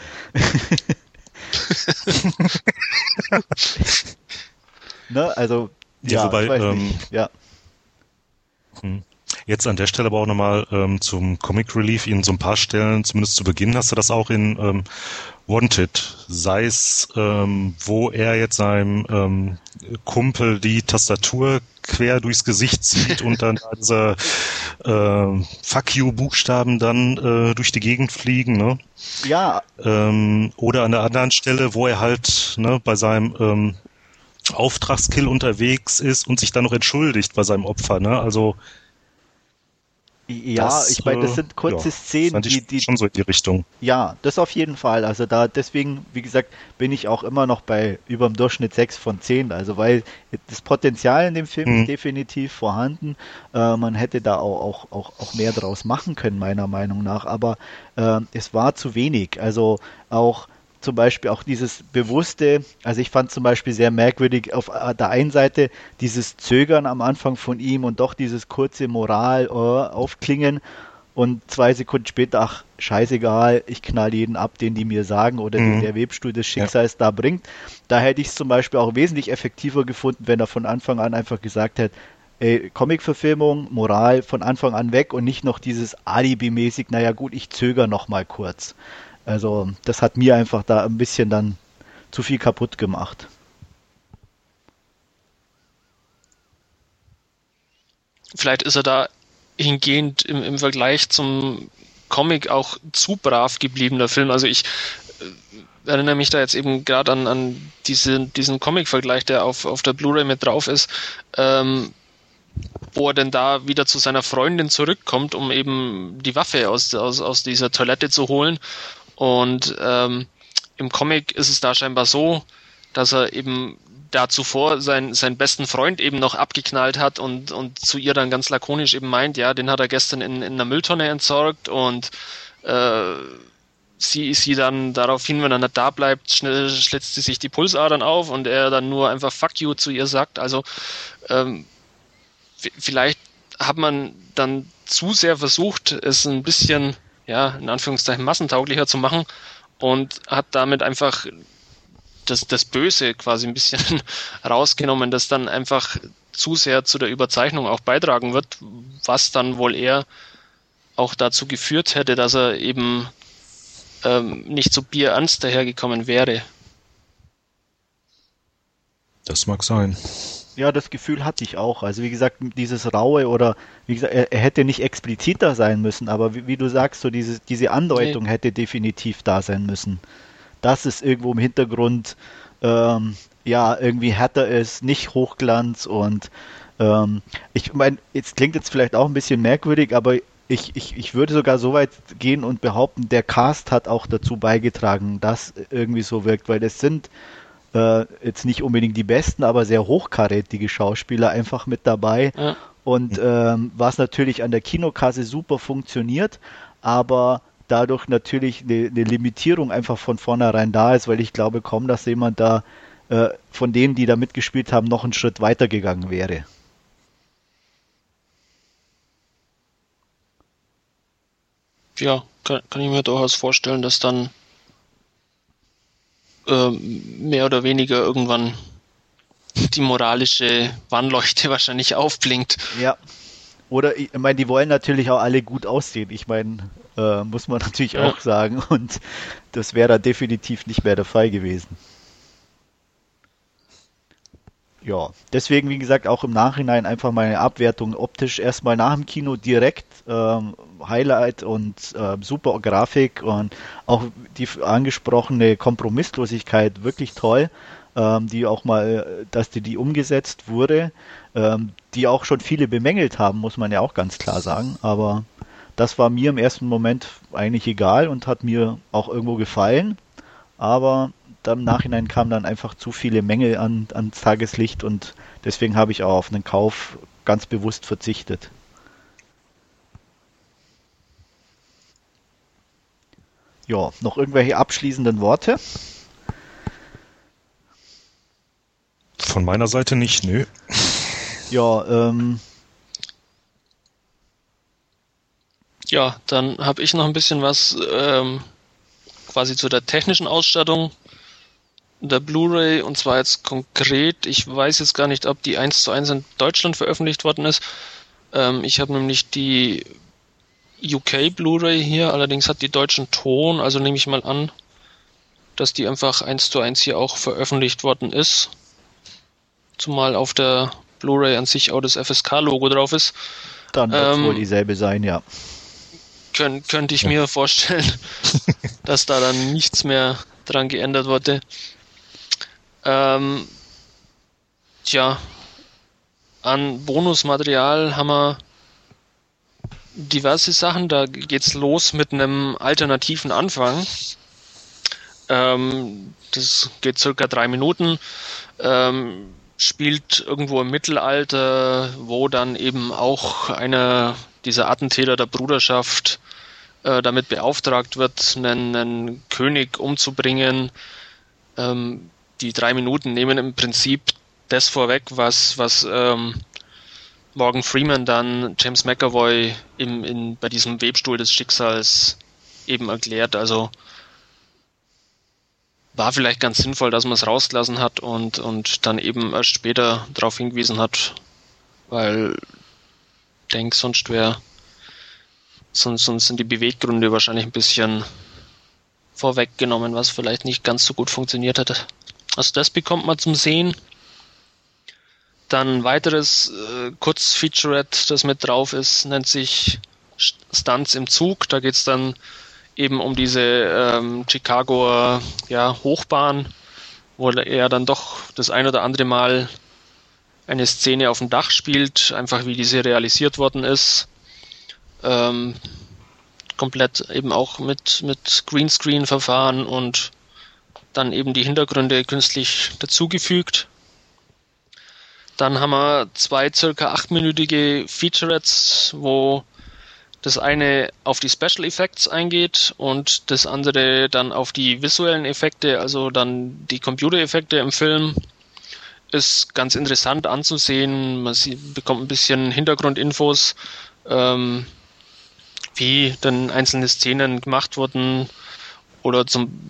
Ne, also, ja, wobei, ich weiß nicht. Ja. Jetzt an der Stelle aber auch nochmal zum Comic Relief in so ein paar Stellen, zumindest zu Beginn hast du das auch in Wanted, sei es, wo er jetzt seinem Kumpel die Tastatur quer durchs Gesicht zieht und dann diese Fuck you Buchstaben dann durch die Gegend fliegen, ne? Ja, Oder an der anderen Stelle, wo er halt bei seinem Auftragskill unterwegs ist und sich dann noch entschuldigt bei seinem Opfer, ne? Also ja, das, ich meine, das sind kurze Szenen, fand ich die schon so in die Richtung. ja, das auf jeden Fall. Also deswegen, wie gesagt, bin ich auch immer noch bei über dem Durchschnitt 6 von 10. Also weil das Potenzial in dem Film ist definitiv vorhanden. Man hätte da auch mehr draus machen können, meiner Meinung nach. Aber es war zu wenig. Also auch zum Beispiel auch dieses bewusste, also ich fand zum Beispiel sehr merkwürdig auf der einen Seite dieses Zögern am Anfang von ihm und doch dieses kurze Moral aufklingen und 2 Sekunden später, ach, scheißegal, ich knall jeden ab, den die mir sagen oder den der Webstuhl des Schicksals da bringt. Da hätte ich es zum Beispiel auch wesentlich effektiver gefunden, wenn er von Anfang an einfach gesagt hätte, ey, Comic-Verfilmung, Moral von Anfang an weg und nicht noch dieses Alibi-mäßig, naja gut, ich zögere noch mal kurz. Also das hat mir einfach da ein bisschen dann zu viel kaputt gemacht. Vielleicht ist er da hingehend im Vergleich zum Comic auch zu brav geblieben, der Film. Also ich erinnere mich da jetzt eben gerade an diesen Comic-Vergleich, der auf der Blu-ray mit drauf ist, wo er denn da wieder zu seiner Freundin zurückkommt, um eben die Waffe aus dieser Toilette zu holen. Und im Comic ist es da scheinbar so, dass er eben da zuvor seinen besten Freund eben noch abgeknallt hat und zu ihr dann ganz lakonisch eben meint, ja, den hat er gestern in einer Mülltonne entsorgt und sie dann daraufhin, wenn er nicht da bleibt, schnell schlitzt sie sich die Pulsadern auf und er dann nur einfach Fuck you zu ihr sagt. Also vielleicht hat man dann zu sehr versucht, es ein bisschen, ja, in Anführungszeichen massentauglicher zu machen und hat damit einfach das Böse quasi ein bisschen rausgenommen, das dann einfach zu sehr zu der Überzeichnung auch beitragen wird, was dann wohl eher auch dazu geführt hätte, dass er eben nicht so bierernst dahergekommen wäre. Das mag sein. Ja, das Gefühl hatte ich auch. Also wie gesagt, dieses Raue oder wie gesagt, er hätte nicht expliziter sein müssen, aber wie du sagst, so diese Andeutung hätte definitiv da sein müssen. Dass es irgendwo im Hintergrund ja irgendwie härter ist, nicht Hochglanz und ich meine, es klingt jetzt vielleicht auch ein bisschen merkwürdig, aber ich würde sogar so weit gehen und behaupten, der Cast hat auch dazu beigetragen, dass irgendwie so wirkt, weil das sind jetzt nicht unbedingt die besten, aber sehr hochkarätige Schauspieler einfach mit dabei. Ja. Und was natürlich an der Kinokasse super funktioniert, aber dadurch natürlich eine Limitierung einfach von vornherein da ist, weil ich glaube kaum, dass jemand da von denen, die da mitgespielt haben, noch einen Schritt weitergegangen wäre. Ja, kann ich mir durchaus vorstellen, dass dann mehr oder weniger irgendwann die moralische Warnleuchte wahrscheinlich aufblinkt. Ja. Oder, ich meine, die wollen natürlich auch alle gut aussehen. Ich meine, muss man natürlich auch sagen. Und das wäre da definitiv nicht mehr der Fall gewesen. Ja, deswegen, wie gesagt, auch im Nachhinein einfach meine Abwertung optisch erstmal nach dem Kino direkt Highlight und super Grafik und auch die angesprochene Kompromisslosigkeit wirklich toll, die auch mal, dass die umgesetzt wurde, die auch schon viele bemängelt haben, muss man ja auch ganz klar sagen, aber das war mir im ersten Moment eigentlich egal und hat mir auch irgendwo gefallen, aber dann im Nachhinein kamen dann einfach zu viele Mängel ans Tageslicht und deswegen habe ich auch auf einen Kauf ganz bewusst verzichtet. Ja, noch irgendwelche abschließenden Worte? Von meiner Seite nicht, nö. Ja, ja, dann habe ich noch ein bisschen was quasi zu der technischen Ausstattung der Blu-ray, und zwar jetzt konkret, ich weiß jetzt gar nicht, ob die 1:1 in Deutschland veröffentlicht worden ist. Ich habe nämlich die UK Blu-ray hier, allerdings hat die deutschen Ton, also nehme ich mal an, dass die einfach 1:1 hier auch veröffentlicht worden ist. Zumal auf der Blu-ray an sich auch das FSK-Logo drauf ist. Dann wird es wohl dieselbe sein, ja. Könnte ich mir vorstellen, dass da dann nichts mehr dran geändert wurde. An Bonusmaterial haben wir diverse Sachen. Da geht's los mit einem alternativen Anfang. Das geht circa 3 Minuten. Spielt irgendwo im Mittelalter, wo dann eben auch einer dieser Attentäter der Bruderschaft damit beauftragt wird, einen König umzubringen. Die 3 Minuten nehmen im Prinzip das vorweg, was Morgan Freeman dann James McAvoy bei diesem Webstuhl des Schicksals eben erklärt. Also war vielleicht ganz sinnvoll, dass man es rausgelassen hat und dann eben erst später darauf hingewiesen hat, weil ich denke, sonst sind die Beweggründe wahrscheinlich ein bisschen vorweggenommen, was vielleicht nicht ganz so gut funktioniert hätte. Also das bekommt man zum Sehen. Dann ein weiteres Kurzfeaturette, das mit drauf ist, nennt sich Stunts im Zug. Da geht es dann eben um diese Chicagoer Hochbahn, wo er dann doch das ein oder andere Mal eine Szene auf dem Dach spielt, einfach wie diese realisiert worden ist. Komplett eben auch mit Greenscreen-Verfahren und dann eben die Hintergründe künstlich dazugefügt. Dann haben wir 2 circa 8-minütige Featurettes, wo das eine auf die Special Effects eingeht und das andere dann auf die visuellen Effekte, also dann die Computereffekte im Film. Ist ganz interessant anzusehen. Man bekommt ein bisschen Hintergrundinfos, wie dann einzelne Szenen gemacht wurden oder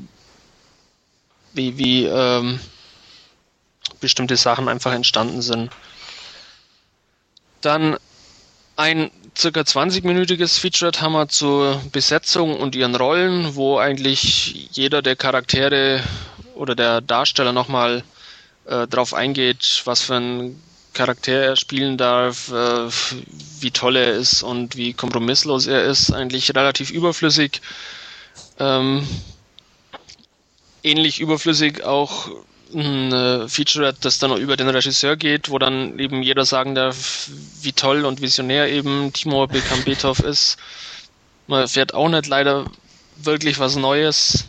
wie bestimmte Sachen einfach entstanden sind. Dann ein circa 20-minütiges Featurette haben wir zur Besetzung und ihren Rollen, wo eigentlich jeder der Charaktere oder der Darsteller nochmal drauf eingeht, was für ein Charakter er spielen darf, wie toll er ist und wie kompromisslos er ist. Eigentlich relativ überflüssig. Ähnlich überflüssig auch ein Featurette, das dann noch über den Regisseur geht, wo dann eben jeder sagen darf, wie toll und visionär eben Timur Bekmambetov ist. Man erfährt auch nicht leider wirklich was Neues.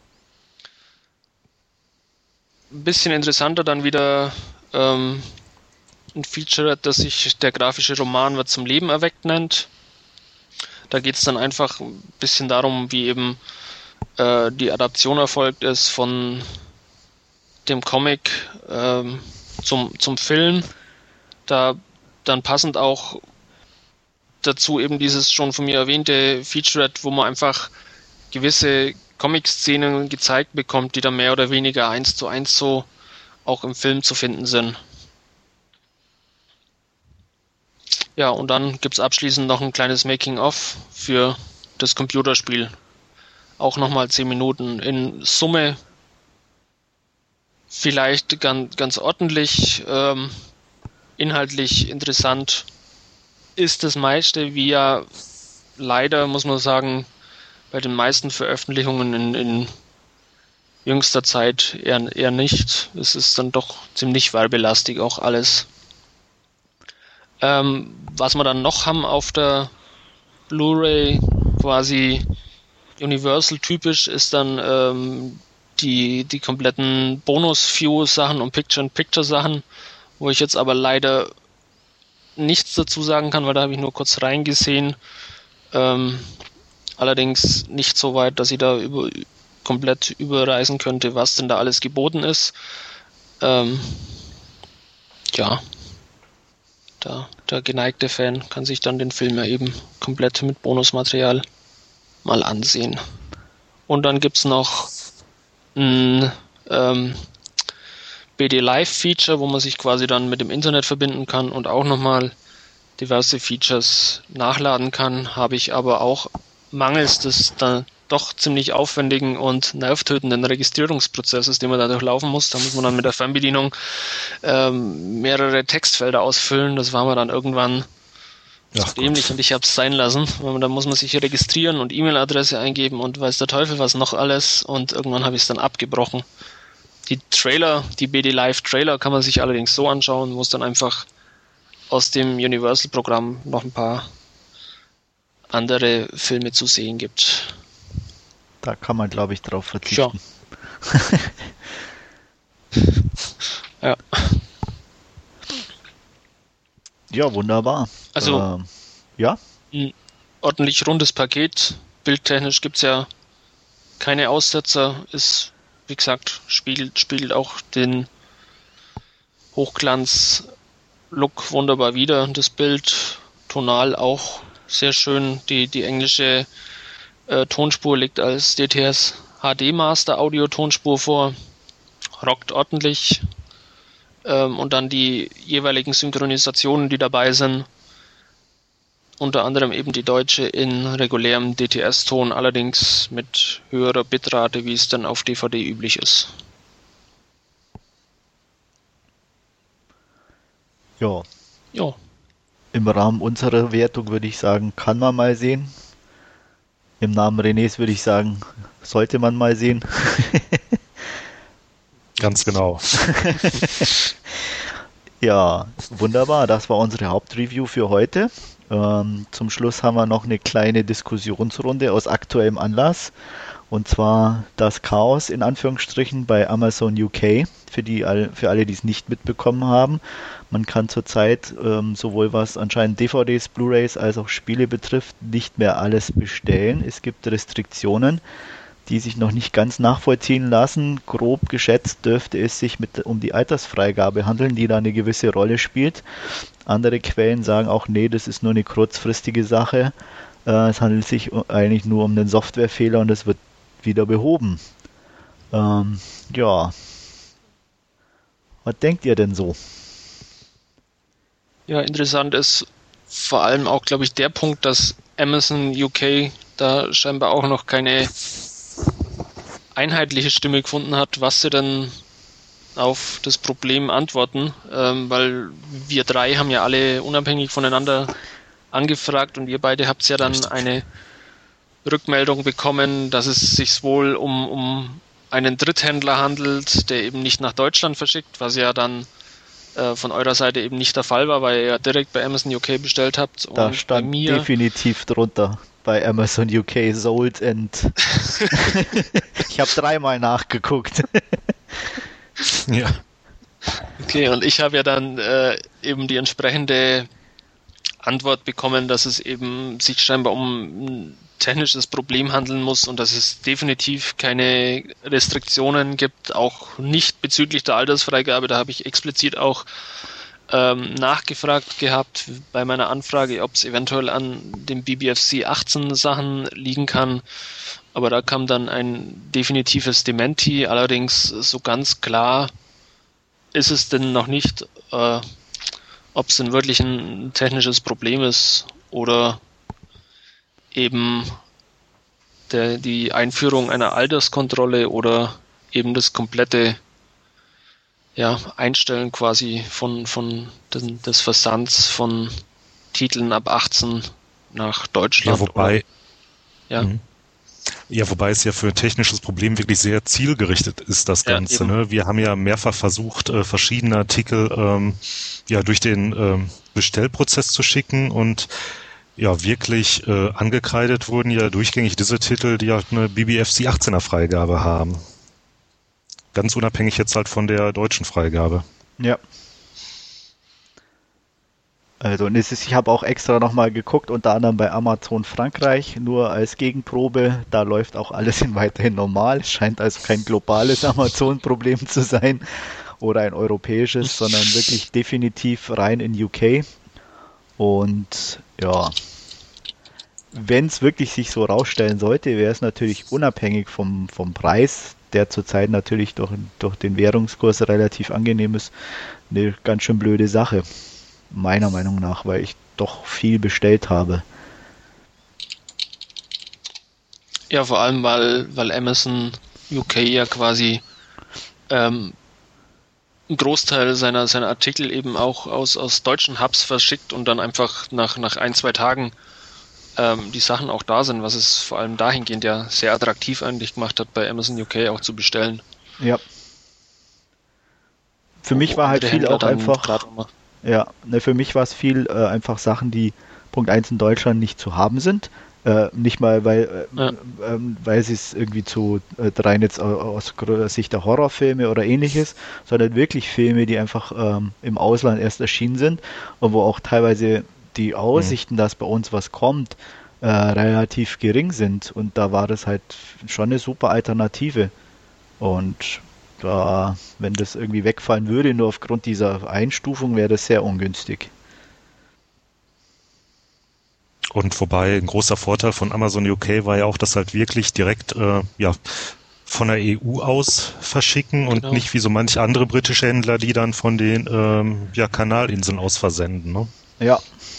Ein bisschen interessanter dann wieder ein Featurette, das sich der grafische Roman wird zum Leben erweckt nennt. Da geht es dann einfach ein bisschen darum, wie eben die Adaption erfolgt ist von dem Comic zum Film. Da dann passend auch dazu eben dieses schon von mir erwähnte Featurette, wo man einfach gewisse Comic-Szenen gezeigt bekommt, die dann mehr oder weniger 1:1 so auch im Film zu finden sind. Ja, und dann gibt's abschließend noch ein kleines Making-of für das Computerspiel. Auch nochmal 10 Minuten. In Summe vielleicht ganz ordentlich, inhaltlich interessant ist das meiste, wie ja leider, muss man sagen, bei den meisten Veröffentlichungen in jüngster Zeit eher nicht. Es ist dann doch ziemlich werbelastig auch alles. Was wir dann noch haben auf der Blu-ray, quasi Universal-typisch, ist dann die kompletten Bonus-View-Sachen und Picture-in-Picture-Sachen, wo ich jetzt aber leider nichts dazu sagen kann, weil da habe ich nur kurz reingesehen. Allerdings nicht so weit, dass ich da komplett überreisen könnte, was denn da alles geboten ist. Der geneigte Fan kann sich dann den Film ja eben komplett mit Bonusmaterial mal ansehen. Und dann gibt's noch ein BD Live Feature, wo man sich quasi dann mit dem Internet verbinden kann und auch nochmal diverse Features nachladen kann, habe ich aber auch mangels des dann doch ziemlich aufwendigen und nervtötenden Registrierungsprozesses, den man da durchlaufen muss. Da muss man dann mit der Fernbedienung mehrere Textfelder ausfüllen. Das war mir dann irgendwann dämlich und ich habe es sein lassen. Da muss man sich hier registrieren und E-Mail-Adresse eingeben und weiß der Teufel was noch alles, und irgendwann habe ich es dann abgebrochen. Die Trailer, die BD Live Trailer kann man sich allerdings so anschauen, wo es dann einfach aus dem Universal-Programm noch ein paar andere Filme zu sehen gibt. Da kann man, glaube ich, drauf verzichten. Ja. Ja, wunderbar. Also, ja? Ein ordentlich rundes Paket. Bildtechnisch gibt es ja keine Aussetzer. Ist, wie gesagt, spiegelt auch den Hochglanz-Look wunderbar wider. Das Bild tonal auch sehr schön. Die englische Tonspur liegt als DTS HD Master Audio-Tonspur vor. Rockt ordentlich. Und dann die jeweiligen Synchronisationen, die dabei sind. Unter anderem eben die deutsche in regulärem DTS-Ton, allerdings mit höherer Bitrate, wie es dann auf DVD üblich ist. Ja. Ja. Im Rahmen unserer Wertung würde ich sagen, kann man mal sehen. Im Namen Renés würde ich sagen, sollte man mal sehen. Ganz genau. Ja, wunderbar. Das war unsere Hauptreview für heute. Zum Schluss haben wir noch eine kleine Diskussionsrunde aus aktuellem Anlass. Und zwar das Chaos in Anführungsstrichen bei Amazon UK. Für alle, die es nicht mitbekommen haben. Man kann zurzeit sowohl was anscheinend DVDs, Blu-rays als auch Spiele betrifft, nicht mehr alles bestellen. Es gibt Restriktionen, die sich noch nicht ganz nachvollziehen lassen. Grob geschätzt dürfte es sich um die Altersfreigabe handeln, die da eine gewisse Rolle spielt. Andere Quellen sagen auch, nee, das ist nur eine kurzfristige Sache. Es handelt sich eigentlich nur um einen Softwarefehler und es wird wieder behoben. Ja. Was denkt ihr denn so? Ja, interessant ist vor allem auch, glaube ich, der Punkt, dass Amazon UK da scheinbar auch noch keine einheitliche Stimme gefunden hat, was sie denn auf das Problem antworten, weil wir drei haben ja alle unabhängig voneinander angefragt und ihr beide habt ja dann eine Rückmeldung bekommen, dass es sich wohl um einen Dritthändler handelt, der eben nicht nach Deutschland verschickt, was ja dann von eurer Seite eben nicht der Fall war, weil ihr ja direkt bei Amazon UK bestellt habt. Da und stand bei mir definitiv drunter bei Amazon UK sold and ich habe 3-mal nachgeguckt. Ja. Okay, und ich habe ja dann eben die entsprechende Antwort bekommen, dass es eben sich scheinbar um ein technisches Problem handeln muss und dass es definitiv keine Restriktionen gibt, auch nicht bezüglich der Altersfreigabe. Da habe ich explizit auch nachgefragt gehabt bei meiner Anfrage, ob es eventuell an den BBFC 18 Sachen liegen kann. Aber da kam dann ein definitives Dementi. Allerdings so ganz klar ist es denn noch nicht, ob es denn wirklich ein technisches Problem ist oder eben die Einführung einer Alterskontrolle oder eben das komplette Einstellen quasi des Versands von Titeln ab 18 nach Deutschland. Wobei es ja für ein technisches Problem wirklich sehr zielgerichtet ist, das Ganze. Ne? Wir haben ja mehrfach versucht, verschiedene Artikel durch den Bestellprozess zu schicken und wirklich angekreidet wurden ja durchgängig diese Titel, die halt eine BBFC 18er Freigabe haben. Ganz unabhängig jetzt halt von der deutschen Freigabe. Ja. Also ich habe auch extra nochmal geguckt, unter anderem bei Amazon Frankreich, nur als Gegenprobe, da läuft auch alles weiterhin normal. Es scheint also kein globales Amazon-Problem zu sein oder ein europäisches, sondern wirklich definitiv rein in UK. Und ja, wenn es wirklich sich so rausstellen sollte, wäre es natürlich unabhängig vom Preis, der zurzeit natürlich durch den Währungskurs relativ angenehm ist, eine ganz schön blöde Sache. meiner Meinung nach, weil ich doch viel bestellt habe. Ja, vor allem, weil Amazon UK ja quasi einen Großteil seiner Artikel eben auch aus deutschen Hubs verschickt und dann einfach nach 1-2 Tagen die Sachen auch da sind, was es vor allem dahingehend ja sehr attraktiv eigentlich gemacht hat, bei Amazon UK auch zu bestellen. Ja. Für mich war halt viel auch einfach, für mich war es viel einfach Sachen, die Punkt 1 in Deutschland nicht zu haben sind. Nicht mal, weil sie es irgendwie zu rein jetzt aus Sicht der Horrorfilme oder ähnliches, sondern wirklich Filme, die einfach im Ausland erst erschienen sind und wo auch teilweise die Aussichten, dass bei uns was kommt, relativ gering sind. Und da war das halt schon eine super Alternative. Und da, wenn das irgendwie wegfallen würde, nur aufgrund dieser Einstufung, wäre das sehr ungünstig. Und wobei ein großer Vorteil von Amazon UK war ja auch, dass halt wirklich direkt von der EU aus verschicken und nicht wie so manche andere britische Händler, die dann von den Kanalinseln aus versenden. Ne? Ja.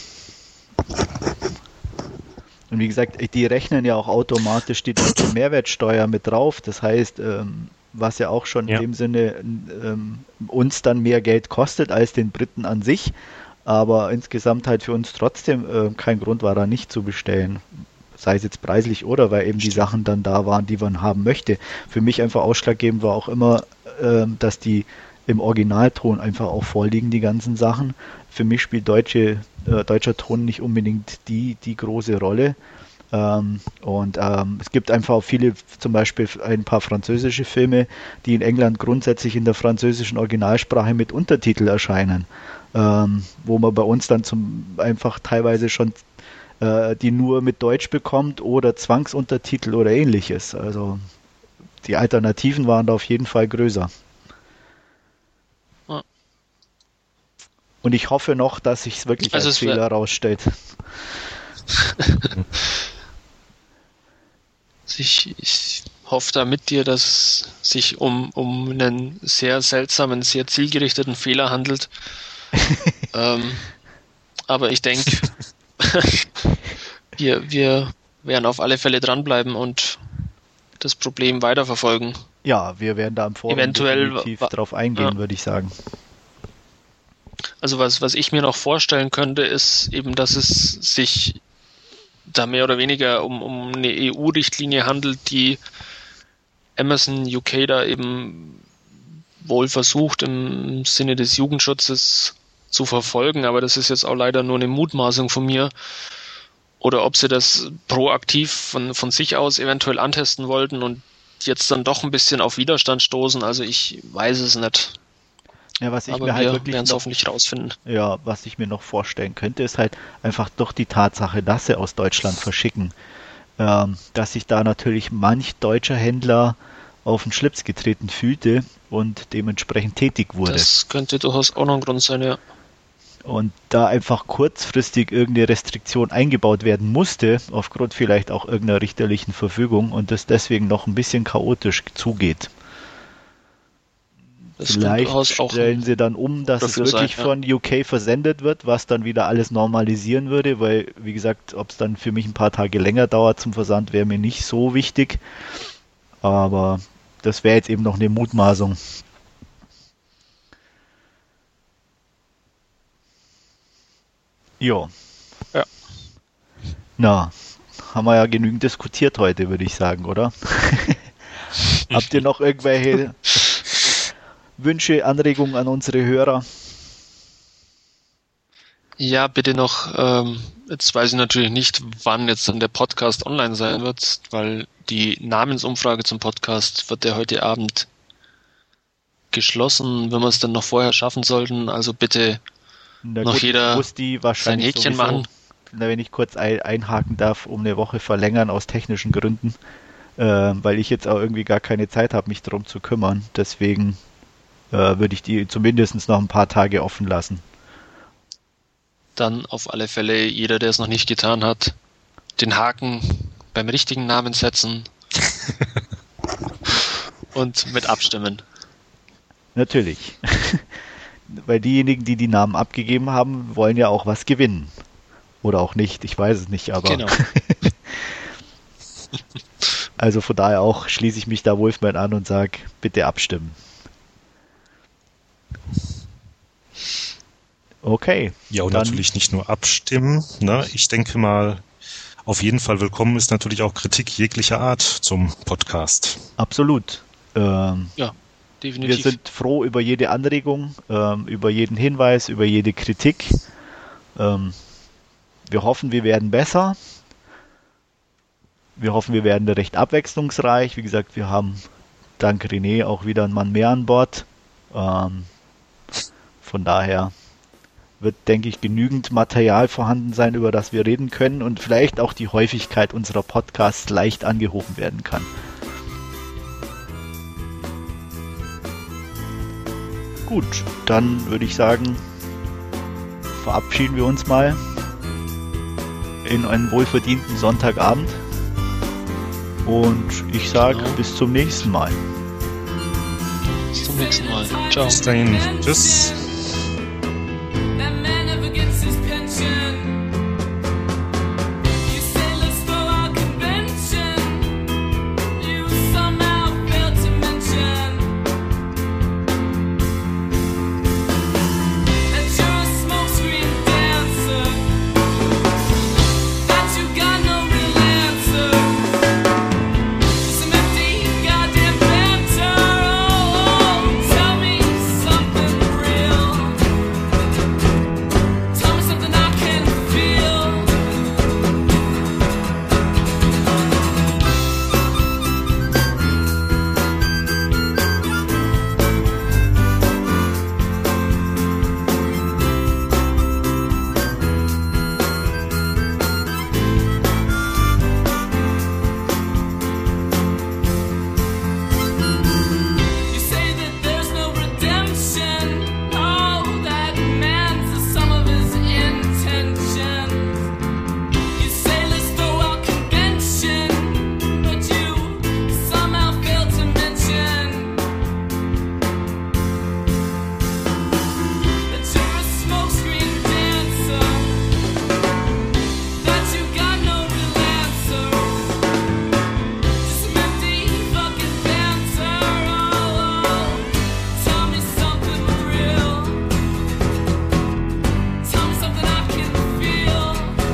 Und wie gesagt, die rechnen ja auch automatisch die deutsche Mehrwertsteuer mit drauf. Das heißt, was ja auch schon in dem Sinne uns dann mehr Geld kostet als den Briten an sich. Aber insgesamt halt für uns trotzdem kein Grund war, da nicht zu bestellen. Sei es jetzt preislich oder weil eben die Sachen dann da waren, die man haben möchte. Für mich einfach ausschlaggebend war auch immer, dass die im Originalton einfach auch vorliegen, die ganzen Sachen. Für mich spielt deutscher Ton nicht unbedingt die große Rolle. Es gibt einfach auch viele, zum Beispiel ein paar französische Filme, die in England grundsätzlich in der französischen Originalsprache mit Untertitel erscheinen. Wo man bei uns dann einfach teilweise schon die nur mit Deutsch bekommt oder Zwangsuntertitel oder ähnliches. Also die Alternativen waren da auf jeden Fall größer. Ja. Und ich hoffe noch, dass sich es wirklich als Fehler herausstellt. Ich hoffe da mit dir, dass es sich um einen sehr seltsamen, sehr zielgerichteten Fehler handelt. Aber ich denke, wir werden auf alle Fälle dranbleiben und das Problem weiterverfolgen. Ja, wir werden da im Forum definitiv drauf eingehen, würde ich sagen. Also was ich mir noch vorstellen könnte, ist eben, dass es sich da mehr oder weniger um eine EU-Richtlinie handelt, die Amazon UK da eben wohl versucht, im Sinne des Jugendschutzes zu verfolgen, aber das ist jetzt auch leider nur eine Mutmaßung von mir. Oder ob sie das proaktiv von sich aus eventuell antesten wollten und jetzt dann doch ein bisschen auf Widerstand stoßen. Also ich weiß es nicht. Ja, was ich aber mir halt wir wirklich werden es hoffentlich rausfinden. Ja, was ich mir noch vorstellen könnte, ist halt einfach doch die Tatsache, dass sie aus Deutschland verschicken. Dass sich da natürlich manch deutscher Händler auf den Schlips getreten fühlte und dementsprechend tätig wurde. Das könnte durchaus auch noch ein Grund sein, ja. Und da einfach kurzfristig irgendeine Restriktion eingebaut werden musste, aufgrund vielleicht auch irgendeiner richterlichen Verfügung und das deswegen noch ein bisschen chaotisch zugeht. Das vielleicht stellen sie dann um, dass es wirklich von UK versendet wird, was dann wieder alles normalisieren würde, weil, wie gesagt, ob es dann für mich ein paar Tage länger dauert zum Versand, wäre mir nicht so wichtig. Aber das wäre jetzt eben noch eine Mutmaßung. Jo. Ja. Na, haben wir ja genügend diskutiert heute, würde ich sagen, oder? Habt ihr noch irgendwelche Wünsche, Anregungen an unsere Hörer? Ja, bitte noch, jetzt weiß ich natürlich nicht, wann jetzt dann der Podcast online sein wird, weil die Namensumfrage zum Podcast wird ja heute Abend geschlossen, wenn wir es dann noch vorher schaffen sollten. Also bitte noch jeder sein Häkchen machen. Wenn ich kurz einhaken darf, um eine Woche verlängern aus technischen Gründen, weil ich jetzt auch irgendwie gar keine Zeit habe, mich darum zu kümmern. Deswegen würde ich die zumindest noch ein paar Tage offen lassen. Dann auf alle Fälle jeder, der es noch nicht getan hat, den Haken beim richtigen Namen setzen und mit abstimmen. Natürlich. weil diejenigen, die die Namen abgegeben haben, wollen ja auch was gewinnen. Oder auch nicht, ich weiß es nicht, aber Genau. also von daher auch schließe ich mich da Wolfman an und sage, bitte abstimmen. Okay. Ja, und dann- natürlich nicht nur abstimmen. Ne? Ich denke mal, auf jeden Fall willkommen ist natürlich auch Kritik jeglicher Art zum Podcast. Absolut. Ja, Wir definitiv. sind froh über jede Anregung, über jeden Hinweis, über jede Kritik. Wir hoffen, wir werden besser. Wir hoffen, wir werden recht abwechslungsreich. Wie gesagt, wir haben dank René auch wieder einen Mann mehr an Bord. Von daher wird, denke ich, genügend Material vorhanden sein, über das wir reden können und vielleicht auch die Häufigkeit unserer Podcasts leicht angehoben werden kann. Gut, dann würde ich sagen, verabschieden wir uns mal in einen wohlverdienten Sonntagabend. Und ich sage Genau. bis zum nächsten Mal. Bis zum nächsten Mal. Ciao. Bis dahin. Tschüss. That man never gets his pension. You say let's throw our convention. You somehow fail to mention that you're a smokescreen dancer. That you got no real answer. Some empty goddamn banter. Oh, tell me something real. Tell me something I can feel. You say that there's no redemption. Oh, that man's the sum of his intentions. You say let's throw out convention, but you somehow fail to mention that you're a smokescreen dancer. That you got no real answer. Just some empty fucking banter. Oh, tell me something real. Tell me something I can feel.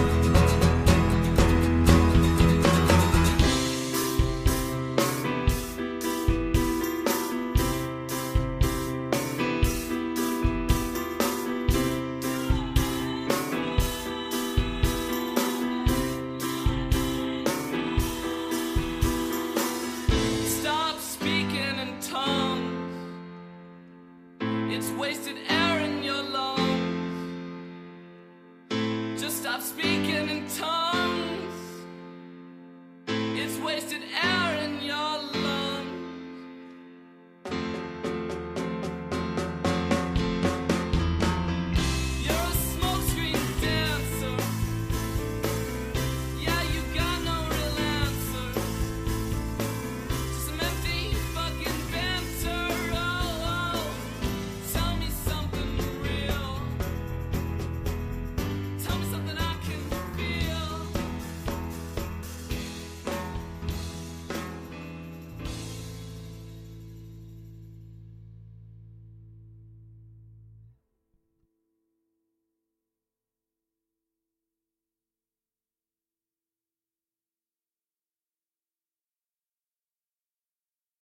Stop speaking in tongues. It's wasted air in your lungs. Just stop speaking in tongues. It's wasted air.